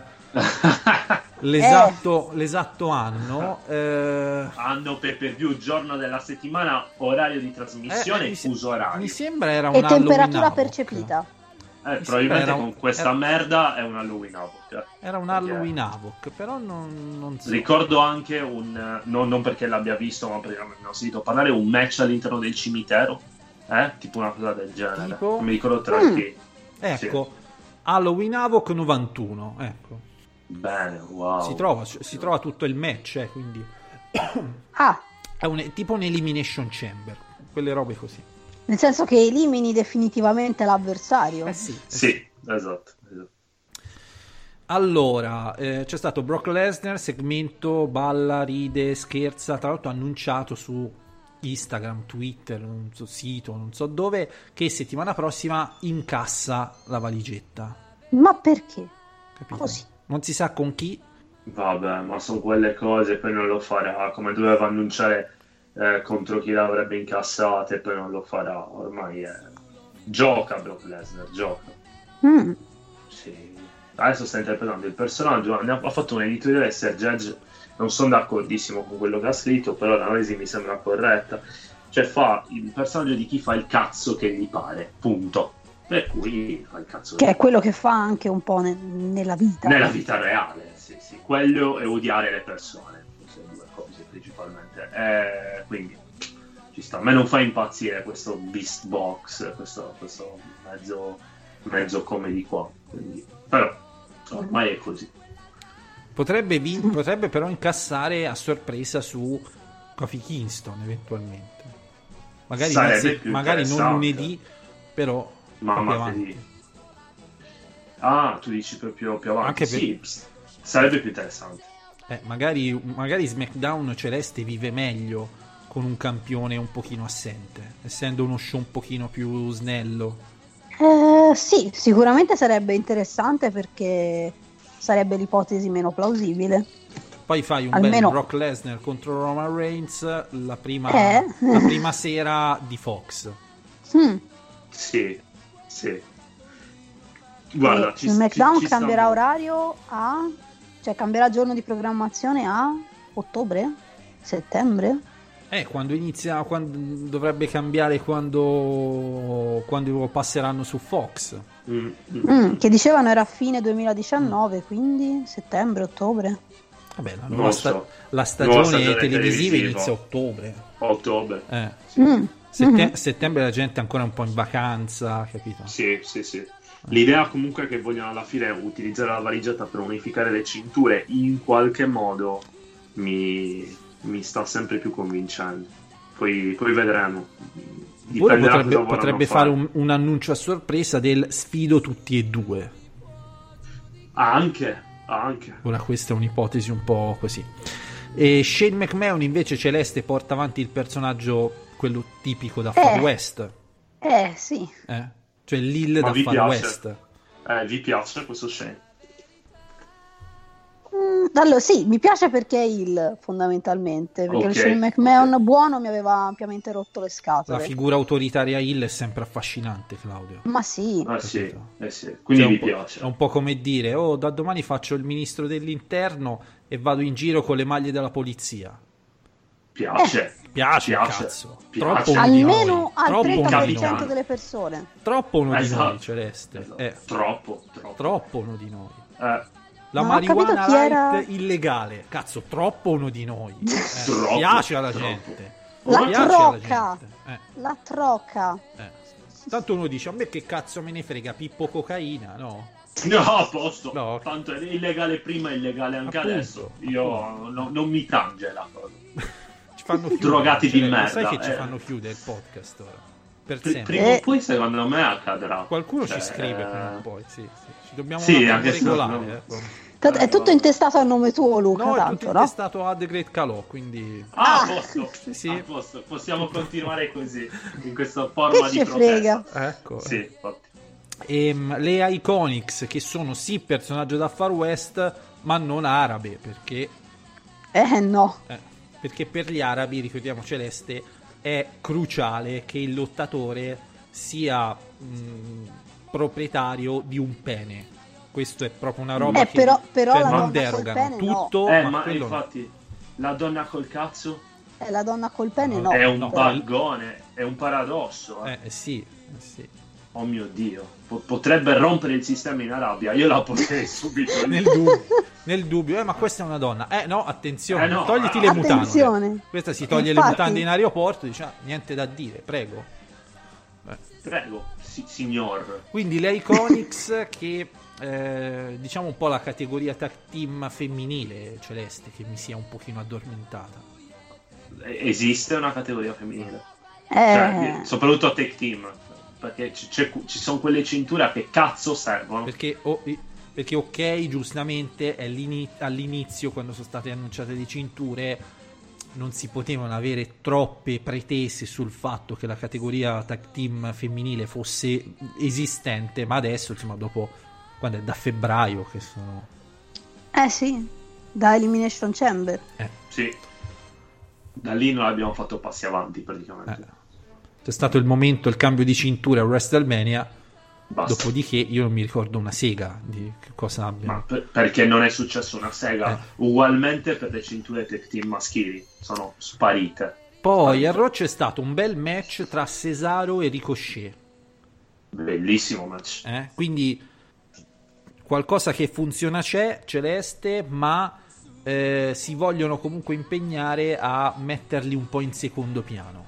Speaker 5: l'esatto anno.
Speaker 6: Hanno pay-per-view, giorno della settimana, orario di trasmissione, fuso orario.
Speaker 5: Mi sembra era un
Speaker 7: E
Speaker 5: Halloween
Speaker 7: temperatura
Speaker 5: Havoc.
Speaker 7: percepita.
Speaker 6: Probabilmente con questa merda è un Halloween Havoc.
Speaker 5: Era un Halloween Havoc, però non so.
Speaker 6: Ricordo anche non perché l'abbia visto, ma perché ne ho sentito parlare, un match all'interno del cimitero, tipo una cosa del genere.
Speaker 5: Tipo?
Speaker 6: Non mi ricordo tra chi.
Speaker 5: Ecco,
Speaker 6: Sì.
Speaker 5: Halloween Havoc 91, ecco.
Speaker 6: Bene, wow.
Speaker 5: Si trova tutto il match, quindi
Speaker 7: Ah,
Speaker 5: è tipo un Elimination Chamber, quelle robe così.
Speaker 7: nel senso che elimini definitivamente l'avversario.
Speaker 6: Sì, esatto.
Speaker 5: Allora, c'è stato Brock Lesnar, segmento, balla, ride, scherza, tra l'altro annunciato su Instagram, Twitter, non so, sito, non so dove, che settimana prossima incassa la valigetta.
Speaker 7: Ma perché?
Speaker 5: Capito?
Speaker 7: Così.
Speaker 5: Non si sa con chi.
Speaker 6: Vabbè, ma sono quelle cose, poi non lo farà, come doveva annunciare contro chi l'avrebbe incassata, e poi non lo farà. Ormai gioca Brock Lesnar, gioca. Sì. Adesso sta interpretando il personaggio, ha fatto un editoriale Serge Edge, non sono d'accordissimo con quello che ha scritto, però l'analisi mi sembra corretta. Cioè fa il personaggio di chi fa il cazzo che gli pare, punto. Per cui fa il cazzo
Speaker 7: Che è quello che fa anche un po' nella vita.
Speaker 6: nella vita reale, sì. Quello è odiare le persone, queste due cose principalmente. Quindi ci sta. A me non fa impazzire questo Beast Box, questo mezzo comedy qua. Quindi, però ormai è così.
Speaker 5: Potrebbe però incassare a sorpresa su Kofi Kingston eventualmente. Magari non lunedì, però
Speaker 6: Ma
Speaker 5: più
Speaker 6: martedì. Tu dici proprio più avanti.
Speaker 5: Anche
Speaker 6: sì, sarebbe più interessante.
Speaker 5: magari SmackDown Celeste vive meglio con un campione un pochino assente, essendo uno show un pochino più snello.
Speaker 7: Sì, sicuramente sarebbe interessante, perché sarebbe l'ipotesi meno plausibile.
Speaker 5: Poi fai un
Speaker 7: Almeno...
Speaker 5: bel Brock Lesnar contro Roman Reigns la prima sera di Fox.
Speaker 6: Sì. Guarda,
Speaker 7: SmackDown
Speaker 6: ci
Speaker 7: cambierà
Speaker 6: sta...
Speaker 7: orario cioè cambierà giorno di programmazione a ottobre? Settembre?
Speaker 5: Quando dovrebbe cambiare quando passeranno su Fox.
Speaker 7: Che dicevano era fine 2019, quindi settembre, ottobre.
Speaker 5: Vabbè,
Speaker 6: stagione
Speaker 5: la stagione televisiva inizia a ottobre. Settembre la gente è ancora un po' in vacanza, capito?
Speaker 6: Sì. L'idea comunque è che vogliono alla fine utilizzare la valigetta per unificare le cinture in qualche modo mi sta sempre più convincendo. Poi vedremo.
Speaker 5: Potrebbe fare un annuncio a sorpresa del sfido tutti e due.
Speaker 6: Anche.
Speaker 5: Ora questa è un'ipotesi un po' così. E Shane McMahon invece Celeste porta avanti il personaggio, quello tipico da Far West.
Speaker 7: Sì.
Speaker 5: Cioè l'Hill da Far West.
Speaker 6: Vi piace questo Shane?
Speaker 7: Allora sì, mi piace perché è il fondamentalmente, perché il Shane McMahon buono mi aveva ampiamente rotto le scatole.
Speaker 5: La figura autoritaria Hill è sempre affascinante, Claudio.
Speaker 7: Ma sì.
Speaker 6: Sì. Quindi mi piace.
Speaker 5: È un po' come dire: da domani faccio il ministro dell'interno e vado in giro con le maglie della polizia.
Speaker 6: Piace.
Speaker 5: Cazzo.
Speaker 6: Piace.
Speaker 7: Almeno al
Speaker 5: troppo
Speaker 7: 30% delle persone.
Speaker 5: Troppo uno di noi, Celeste.
Speaker 6: Troppo
Speaker 5: uno di noi.
Speaker 7: Non
Speaker 5: La
Speaker 7: ho
Speaker 5: marijuana
Speaker 7: capito chi
Speaker 5: light
Speaker 7: era...
Speaker 5: illegale. Cazzo, troppo uno di noi.
Speaker 6: Troppo,
Speaker 5: piace alla
Speaker 6: troppo.
Speaker 5: gente.
Speaker 7: La trocca.
Speaker 5: Tanto uno dice: a me che cazzo me ne frega, pippo cocaina, no?
Speaker 6: No, a posto.
Speaker 5: No.
Speaker 6: Tanto è illegale prima, è illegale anche
Speaker 5: Appunto.
Speaker 6: adesso. Io non mi tange la cosa.
Speaker 5: Ci fanno chiudere.
Speaker 6: Drogati di merda.
Speaker 5: Sai che ci fanno chiudere il podcast ora? Per sempre.
Speaker 6: Prima o poi secondo me accadrà.
Speaker 5: Qualcuno ci scrive prima o poi, sì. Ci dobbiamo
Speaker 6: sì,
Speaker 5: un
Speaker 6: anche
Speaker 5: regolare.
Speaker 7: È tutto intestato al nome tuo, Luca.
Speaker 5: No,
Speaker 7: tanto,
Speaker 5: è tutto
Speaker 7: no?
Speaker 5: intestato a The Great Kalò, quindi...
Speaker 6: a posto,
Speaker 5: sì.
Speaker 6: a posto. Possiamo continuare così, in questa forma
Speaker 7: Che
Speaker 6: di
Speaker 7: ci frega?
Speaker 6: protesta.
Speaker 5: Ecco.
Speaker 6: Sì, infatti.
Speaker 5: Le Iconics, che sono sì personaggio da Far West, ma non arabe, perché...
Speaker 7: No.
Speaker 5: Perché per gli arabi, ricordiamo Celeste, è cruciale che il lottatore sia proprietario di un pene. Questo è proprio una roba che
Speaker 7: però
Speaker 5: cioè,
Speaker 7: la
Speaker 5: non
Speaker 7: donna
Speaker 5: derogano
Speaker 7: col pene
Speaker 5: tutto,
Speaker 6: Ma
Speaker 5: quello
Speaker 6: infatti, la donna col cazzo
Speaker 7: la donna col pene no.
Speaker 6: è un
Speaker 5: no.
Speaker 6: pargone, è un paradosso.
Speaker 5: Sì.
Speaker 6: Oh mio Dio, potrebbe rompere il sistema in Arabia. Io la porterei subito lì.
Speaker 5: nel dubbio, ma questa è una donna. No, attenzione,
Speaker 6: no,
Speaker 5: togliti le
Speaker 7: attenzione.
Speaker 5: mutande. Questa si toglie
Speaker 7: Infatti,
Speaker 5: le mutande in aeroporto, dice niente da dire, prego.
Speaker 6: Prego, signor.
Speaker 5: Quindi le Iconics che diciamo un po' la categoria tag team femminile, Celeste, che mi sia un pochino addormentata.
Speaker 6: Esiste una categoria femminile?
Speaker 7: Eh.
Speaker 6: Soprattutto tag team, perché ci sono quelle cinture a che cazzo servono?
Speaker 5: Perché ok, giustamente è all'inizio, quando sono state annunciate le cinture, non si potevano avere troppe pretese sul fatto che la categoria tag team femminile fosse esistente, ma adesso, insomma, dopo, quando è da febbraio che sono...
Speaker 7: Sì, da Elimination Chamber.
Speaker 6: Sì, da lì non abbiamo fatto passi avanti praticamente.
Speaker 5: C'è stato il momento, il cambio di cintura a WrestleMania.
Speaker 6: Basta.
Speaker 5: Dopodiché io non mi ricordo una sega di che cosa abbia.
Speaker 6: Ma perché non è successo una sega. Ugualmente per le cinture tag team maschili sono sparite.
Speaker 5: Poi a Raw c'è stato un bel match tra Cesaro e Ricochet.
Speaker 6: Bellissimo match.
Speaker 5: Quindi qualcosa che funziona c'è, Celeste, ma si vogliono comunque impegnare a metterli un po' in secondo piano.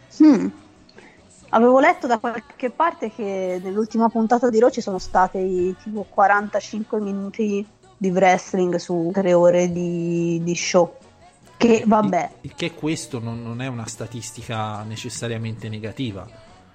Speaker 7: Avevo letto da qualche parte che nell'ultima puntata di Raw ci sono stati tipo 45 minuti di wrestling su 3 ore di show. Che vabbè.
Speaker 5: Che questo non è una statistica necessariamente negativa.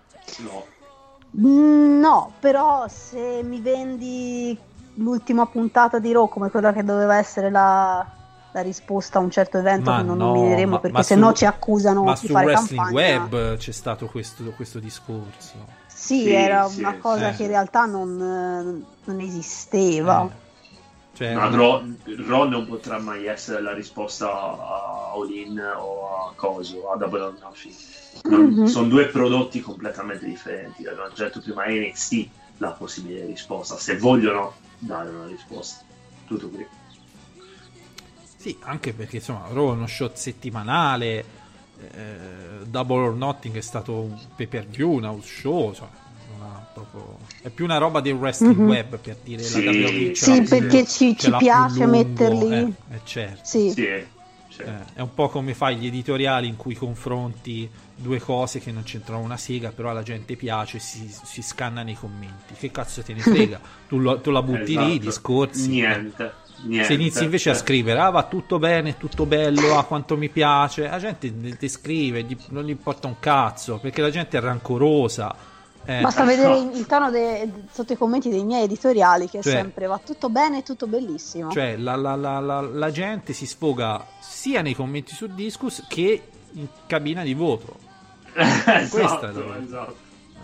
Speaker 7: No, però se mi vendi l'ultima puntata di Raw come quella che doveva essere la risposta a un certo evento che non nomineremo perché sennò ci accusano di fare campagna.
Speaker 5: Ma su Wrestling Web c'è stato questo discorso.
Speaker 7: Sì, era una cosa che in realtà non esisteva.
Speaker 5: Cioè,
Speaker 6: Raw non potrà mai essere la risposta a All-In o a Coso, a Double or Nothing. Sono due prodotti completamente differenti. Abbiamo già detto prima, NXT la possibile risposta, se vogliono dare una risposta. Tutto qui.
Speaker 5: Sì, anche perché insomma Raw è uno show settimanale, Double or Nothing è stato un pay per view, un house show, cioè, è più una roba del Wrestling Web, per dire.
Speaker 6: Sì,
Speaker 5: la WWE
Speaker 7: sì, perché ci piace metterli.
Speaker 5: Certo.
Speaker 7: Sì.
Speaker 5: È un po' come fai gli editoriali in cui confronti due cose che non c'entrano una sega, però alla gente piace, si scanna nei commenti. Che cazzo te ne frega? tu la butti lì, discorsi.
Speaker 6: Niente.
Speaker 5: Se inizi invece a scrivere va tutto bene, tutto bello, quanto mi piace, la gente ti scrive, non gli importa un cazzo, perché la gente è rancorosa.
Speaker 7: Basta vedere il tono sotto i commenti dei miei editoriali, che
Speaker 5: cioè,
Speaker 7: sempre va tutto bene, tutto bellissimo.
Speaker 5: Cioè la gente si sfoga sia nei commenti su Discus che in cabina di voto.
Speaker 6: Esatto.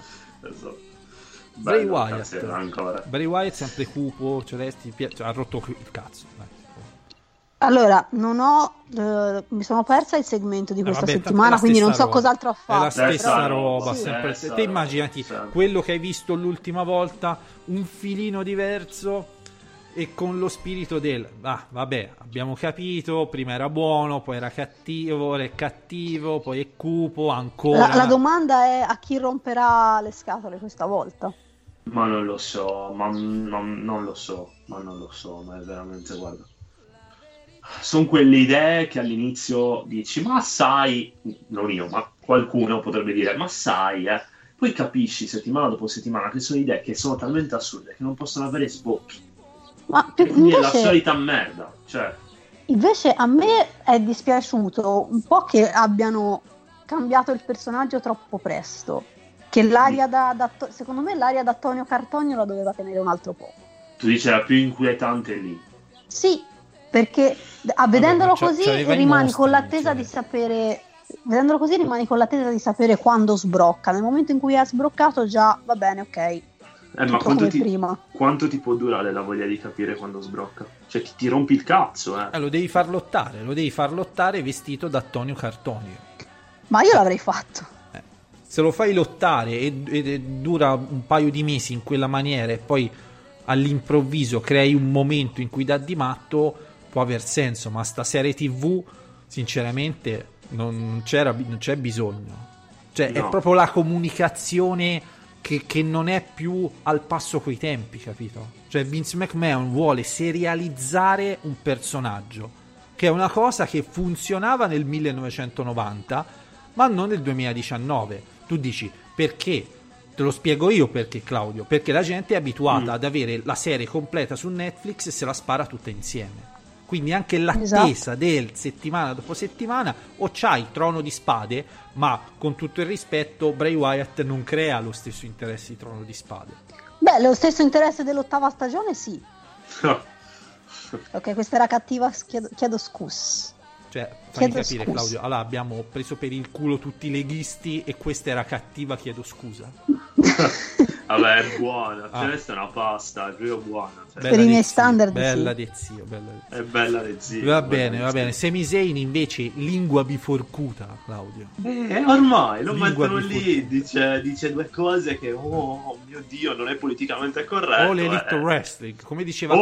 Speaker 5: Bray Wyatt sempre cupo, ha rotto il cazzo.
Speaker 7: Allora, mi sono persa il segmento di questa settimana, quindi non so cos'altro ha fatto.
Speaker 5: È la stessa roba,
Speaker 7: sì.
Speaker 5: sempre. Te immaginati quello che hai visto l'ultima volta, un filino diverso e con lo spirito del vabbè, abbiamo capito, prima era buono, poi era cattivo, ora è cattivo, poi è cupo, ancora.
Speaker 7: La domanda è a chi romperà le scatole questa volta?
Speaker 6: Ma non lo so, ma non lo so, ma è veramente, guarda. Sono quelle idee che all'inizio dici, ma sai, non io, ma qualcuno potrebbe dire, ma sai, poi capisci settimana dopo settimana che sono idee che sono talmente assurde che non possono avere sbocchi. Quindi è la solita merda, cioè.
Speaker 7: Invece a me è dispiaciuto un po' che abbiano cambiato il personaggio troppo presto, che l'aria secondo me l'aria da Tonio Cartonio la doveva tenere un altro po'.
Speaker 6: Tu dici la più inquietante lì.
Speaker 7: Sì, perché vedendolo così rimani con l'attesa di sapere. Vedendolo così rimani con l'attesa di sapere quando sbrocca. Nel momento in cui ha sbroccato, già va bene, ok.
Speaker 6: Ma quanto ti può durare la voglia di capire quando sbrocca? Cioè ti rompi il cazzo,
Speaker 5: lo devi far lottare vestito da Tonio Cartonio.
Speaker 7: Ma io l'avrei fatto.
Speaker 5: Se lo fai lottare e dura un paio di mesi in quella maniera e poi all'improvviso crei un momento in cui dà di matto, può aver senso, ma sta serie TV sinceramente non c'è bisogno. Cioè no. È proprio la comunicazione che non è più al passo coi tempi, capito? Cioè Vince McMahon vuole serializzare un personaggio, che è una cosa che funzionava nel 1990 ma non nel 2019. Tu dici perché? Te lo spiego io perché, Claudio, perché la gente è abituata ad avere la serie completa su Netflix e se la spara tutta insieme. Quindi anche l'attesa del settimana dopo settimana, o c'hai Trono di Spade, ma con tutto il rispetto Bray Wyatt non crea lo stesso interesse di Trono di Spade.
Speaker 7: Beh, lo stesso interesse dell'8ª stagione sì. Ok, questa era cattiva, chiedo scusa.
Speaker 5: Cioè, fammi capire, Claudio, allora abbiamo preso per il culo tutti i leghisti e questa era cattiva, chiedo scusa.
Speaker 6: Vabbè, è buona, questa è una pasta, è proprio buona.
Speaker 7: Cioè. Per i miei standard,
Speaker 5: bella
Speaker 7: sì.
Speaker 5: Zio,
Speaker 6: è bella di zio.
Speaker 5: Va bene. Sami Zayn invece lingua biforcuta, Claudio.
Speaker 6: Ormai lo mettono lì, dice due cose che, oh mio Dio, non è politicamente corretto.
Speaker 5: O l'Elite Wrestling, come diceva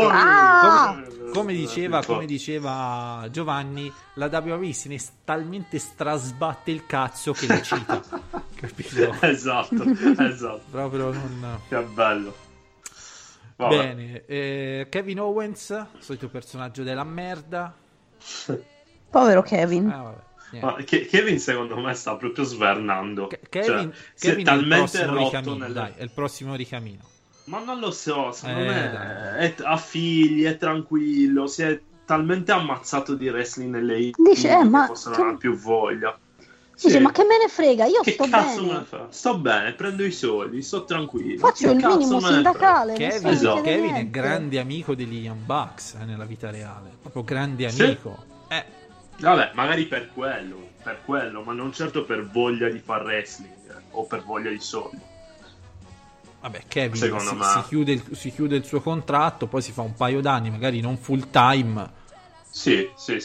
Speaker 5: come diceva Giovanni, la WWE se ne talmente strasbatte il cazzo che le cita. Capito?
Speaker 6: Esatto.
Speaker 5: Proprio non...
Speaker 6: Che bello.
Speaker 5: Vabbè. Bene, Kevin Owens, solito personaggio della merda.
Speaker 7: Povero Kevin.
Speaker 6: Ma Kevin secondo me sta proprio svernando.
Speaker 5: Kevin è talmente rotto è il prossimo ricamino.
Speaker 6: Ma non lo so, secondo me ha figli, è tranquillo, si è talmente ammazzato di wrestling nelle
Speaker 7: dice, ma
Speaker 6: forse non ha più voglia.
Speaker 7: Dice, ma che me ne frega, io
Speaker 6: che
Speaker 7: sto
Speaker 6: cazzo
Speaker 7: bene.
Speaker 6: Me ne fa? Sto bene, prendo i soldi, sto tranquillo.
Speaker 7: Faccio il minimo sindacale.
Speaker 5: Kevin è grande amico degli Young Bucks nella vita reale. Proprio grande amico.
Speaker 6: Vabbè, magari per quello, ma non certo per voglia di far wrestling o per voglia di soldi.
Speaker 5: Vabbè, Kevin si chiude il suo contratto, poi si fa un paio d'anni, magari non full time.
Speaker 6: Sì.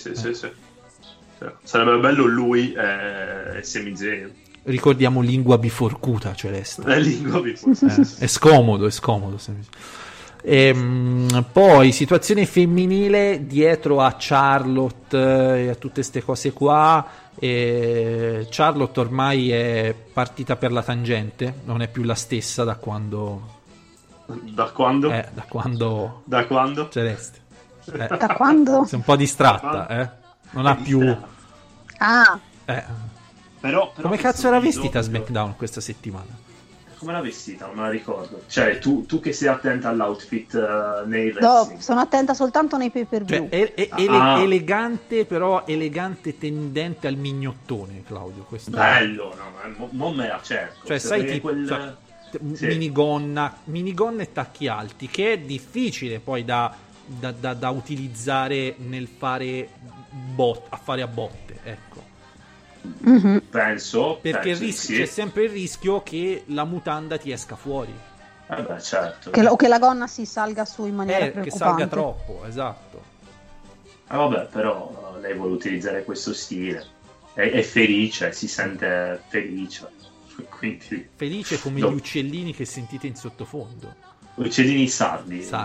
Speaker 6: Sarebbe bello lui e Sami Zayn.
Speaker 5: Ricordiamo lingua biforcuta, Celeste.
Speaker 6: Lingua biforcuta.
Speaker 5: È scomodo. Poi situazione femminile dietro a Charlotte e a tutte queste cose qua. Charlotte ormai è partita per la tangente, non è più la stessa da quando.
Speaker 6: Da quando?
Speaker 5: Da quando? Celeste.
Speaker 7: Da quando?
Speaker 5: Sei un po' distratta, Non ha più.
Speaker 6: Però
Speaker 5: come cazzo era vestita SmackDown questa settimana?
Speaker 6: Come l'ha vestita? Non me la ricordo. Cioè, tu che sei attenta all'outfit nei wrestling.
Speaker 7: No, sono attenta soltanto nei pay-per-view.
Speaker 5: Cioè, elegante, però elegante tendente al mignottone, Claudio. Questo
Speaker 6: bello, no, non me la cerco.
Speaker 5: Cioè, sai tipo minigonna e tacchi alti, che è difficile poi da utilizzare nel fare a botte, ecco.
Speaker 7: Mm-hmm.
Speaker 6: Penso
Speaker 5: perché c'è sempre il rischio che la mutanda ti esca fuori.
Speaker 6: Beh, certo.
Speaker 7: O che la gonna si salga su in maniera preoccupante.
Speaker 5: Che salga troppo, esatto.
Speaker 6: Vabbè, però lei vuole utilizzare questo stile. È felice, si sente felice. Quindi
Speaker 5: felice come gli uccellini che sentite in sottofondo.
Speaker 6: Uccellini sardi. Sì.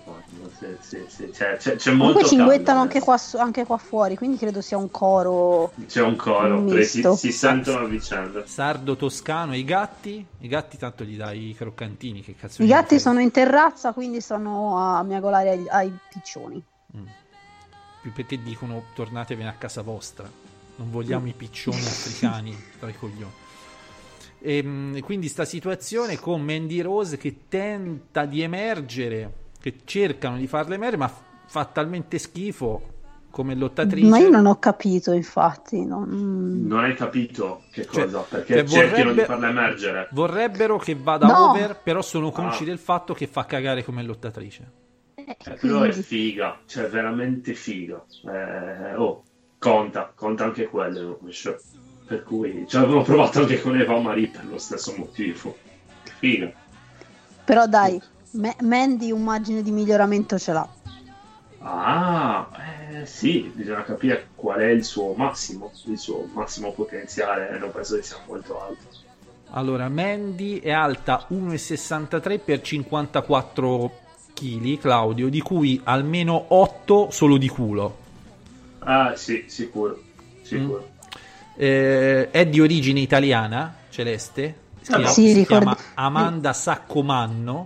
Speaker 6: C'è molto.
Speaker 7: Comunque cinguettano anche qua fuori, quindi credo sia un coro.
Speaker 6: C'è un coro, si sentono a vicenda.
Speaker 5: Sardo toscano. I gatti tanto gli dai i croccantini. Che cazzo?
Speaker 7: I gatti sono in terrazza, quindi sono a miagolare ai piccioni.
Speaker 5: Più perché dicono tornatevene a casa vostra. Non vogliamo i piccioni africani tra i coglioni. E quindi sta situazione con Mandy Rose che tenta di emergere, che cercano di farla emergere, ma fa talmente schifo come lottatrice.
Speaker 7: Ma io non ho capito, infatti.
Speaker 6: Non hai capito che cosa? Perché cercano di farla emergere.
Speaker 5: Vorrebbero che vada over, però sono consci del fatto che fa cagare come lottatrice.
Speaker 6: Però è figa, cioè veramente figa. Conta anche quello, per cui avevo provato anche con Eva Marie per lo stesso motivo. Figa.
Speaker 7: Però dai, Mandy un margine di miglioramento ce l'ha.
Speaker 6: Sì, bisogna capire qual è il suo massimo potenziale, non penso che sia molto alto.
Speaker 5: Allora, Mandy è alta 1,63 per 54 kg, Claudio, di cui almeno 8 solo di culo.
Speaker 6: Sì, sicuro.
Speaker 5: È di origine italiana, Celeste. Si chiama Amanda Saccomanno.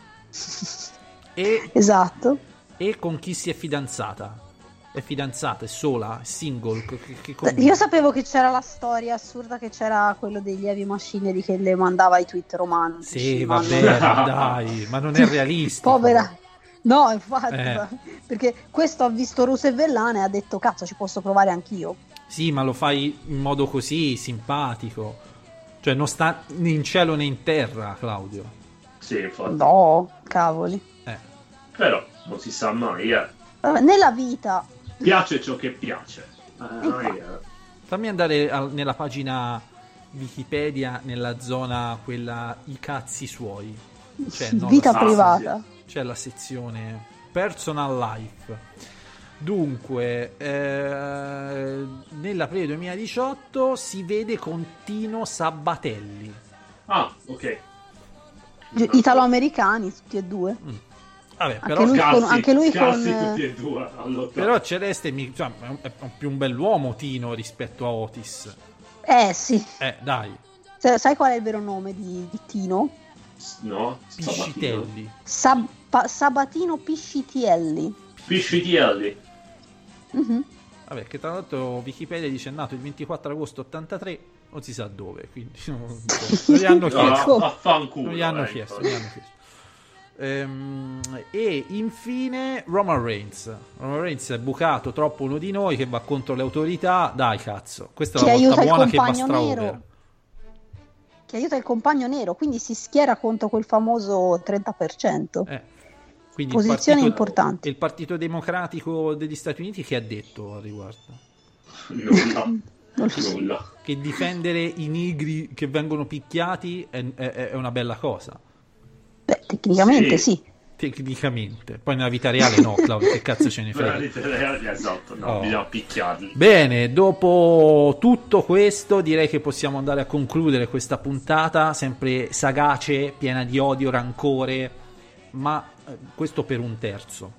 Speaker 7: Esatto.
Speaker 5: E con chi si è fidanzata? È fidanzata, è sola, è single?
Speaker 7: Io sapevo che c'era la storia assurda, che c'era quello degli Heavy Machinery che le mandava i tweet romantici.
Speaker 5: Sì, vabbè, dai, ma non è realistico.
Speaker 7: Povera. No, infatti, perché questo ha visto Rose e Vellana e ha detto cazzo, ci posso provare anch'io.
Speaker 5: Sì, ma lo fai in modo così simpatico. Cioè non sta né in cielo né in terra, Claudio.
Speaker 6: Sì, infatti.
Speaker 7: No, cavoli.
Speaker 6: Però non si sa mai,
Speaker 7: nella vita
Speaker 6: piace ciò che piace.
Speaker 5: Fammi andare nella pagina Wikipedia, nella zona quella i cazzi suoi. Cioè,
Speaker 7: vita privata.
Speaker 5: C'è la sezione personal life. Dunque, nell'aprile 2018 si vede con Tino Sabbatelli.
Speaker 6: Ok.
Speaker 7: Italo-americani, tutti e due.
Speaker 5: Vabbè, però
Speaker 7: anche lui con
Speaker 6: tutti e due.
Speaker 5: Però Celeste è più un bell'uomo Tino rispetto a Otis.
Speaker 7: Sì.
Speaker 5: Dai.
Speaker 7: Sai qual è il vero nome di Tino?
Speaker 6: No,
Speaker 5: Piscitelli.
Speaker 7: Sabatino Piscitelli.
Speaker 5: Mm-hmm. Vabbè, che tra l'altro Wikipedia dice è nato il 24 agosto 83, non si sa dove, quindi non gli hanno chiesto. Non gli hanno chiesto. E infine Roman Reigns è bucato troppo uno di noi che va contro le autorità. Dai cazzo, questa è la volta buona che va stra-over.
Speaker 7: Che aiuta il compagno nero, quindi si schiera contro quel famoso 30%.
Speaker 5: Quindi
Speaker 7: posizione importante.
Speaker 5: Il Partito Democratico degli Stati Uniti che ha detto al riguardo?
Speaker 6: Nulla.
Speaker 5: Che difendere i nigri che vengono picchiati è una bella cosa.
Speaker 7: Beh, tecnicamente sì.
Speaker 5: Tecnicamente. Poi nella vita reale no, Claudio, che cazzo ce ne frega?
Speaker 6: Nella vita reale, esatto, bisogna picchiarli.
Speaker 5: Bene, dopo tutto questo direi che possiamo andare a concludere questa puntata, sempre sagace, piena di odio, rancore, ma questo per un terzo.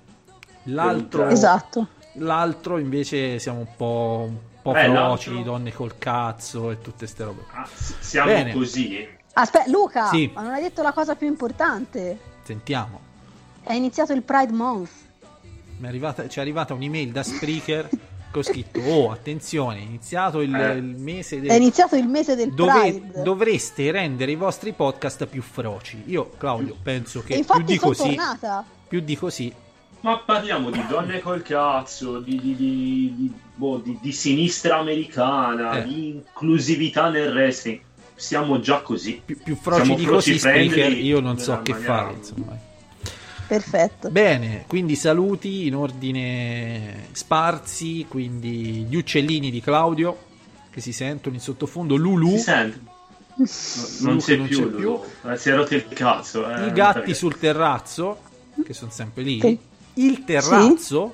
Speaker 5: L'altro invece siamo un po' feroci, donne col cazzo e tutte ste robe.
Speaker 6: Siamo
Speaker 5: bene.
Speaker 6: Così.
Speaker 7: Aspetta, Luca,
Speaker 5: sì.
Speaker 7: Ma non hai detto la cosa più importante.
Speaker 5: Sentiamo.
Speaker 7: È iniziato il Pride Month.
Speaker 5: Ci è arrivata un'email da Spreaker che ho scritto: attenzione, è iniziato il mese del...
Speaker 7: È iniziato il mese del Pride.
Speaker 5: Dovreste rendere i vostri podcast più feroci. Io, Claudio, penso che più di così.
Speaker 6: Ma parliamo di donne col cazzo, di sinistra americana, di inclusività nel wrestling. Siamo già così.
Speaker 5: Più froci di così, Spreaker, io non so che fare, insomma.
Speaker 7: Perfetto.
Speaker 5: Bene, quindi saluti in ordine sparsi, quindi gli uccellini di Claudio che si sentono in sottofondo, Lulu.
Speaker 6: Si sente. Non c'è più. Si è rotto il cazzo.
Speaker 5: I gatti sul terrazzo, che sono sempre lì. Il terrazzo.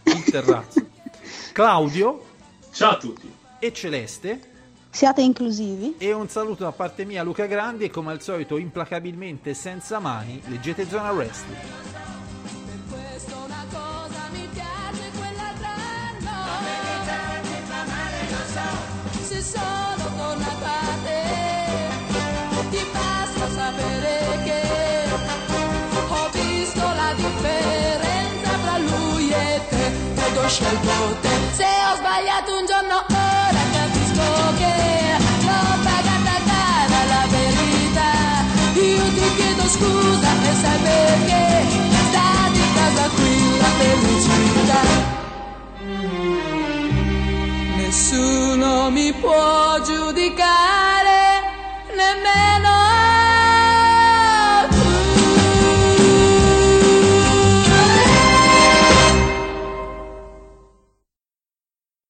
Speaker 5: Claudio.
Speaker 6: Ciao a tutti.
Speaker 5: E Celeste.
Speaker 7: Siate inclusivi.
Speaker 5: E un saluto da parte mia, Luca Grandi, e come al solito implacabilmente senza mani leggete Zona Wrestling.
Speaker 4: Per questo una cosa mi piace, quell'altra no. Se sono tornata a te, ti basta sapere che ho visto la differenza tra lui e te, ed ho scelto te. Se ho sbagliato un giorno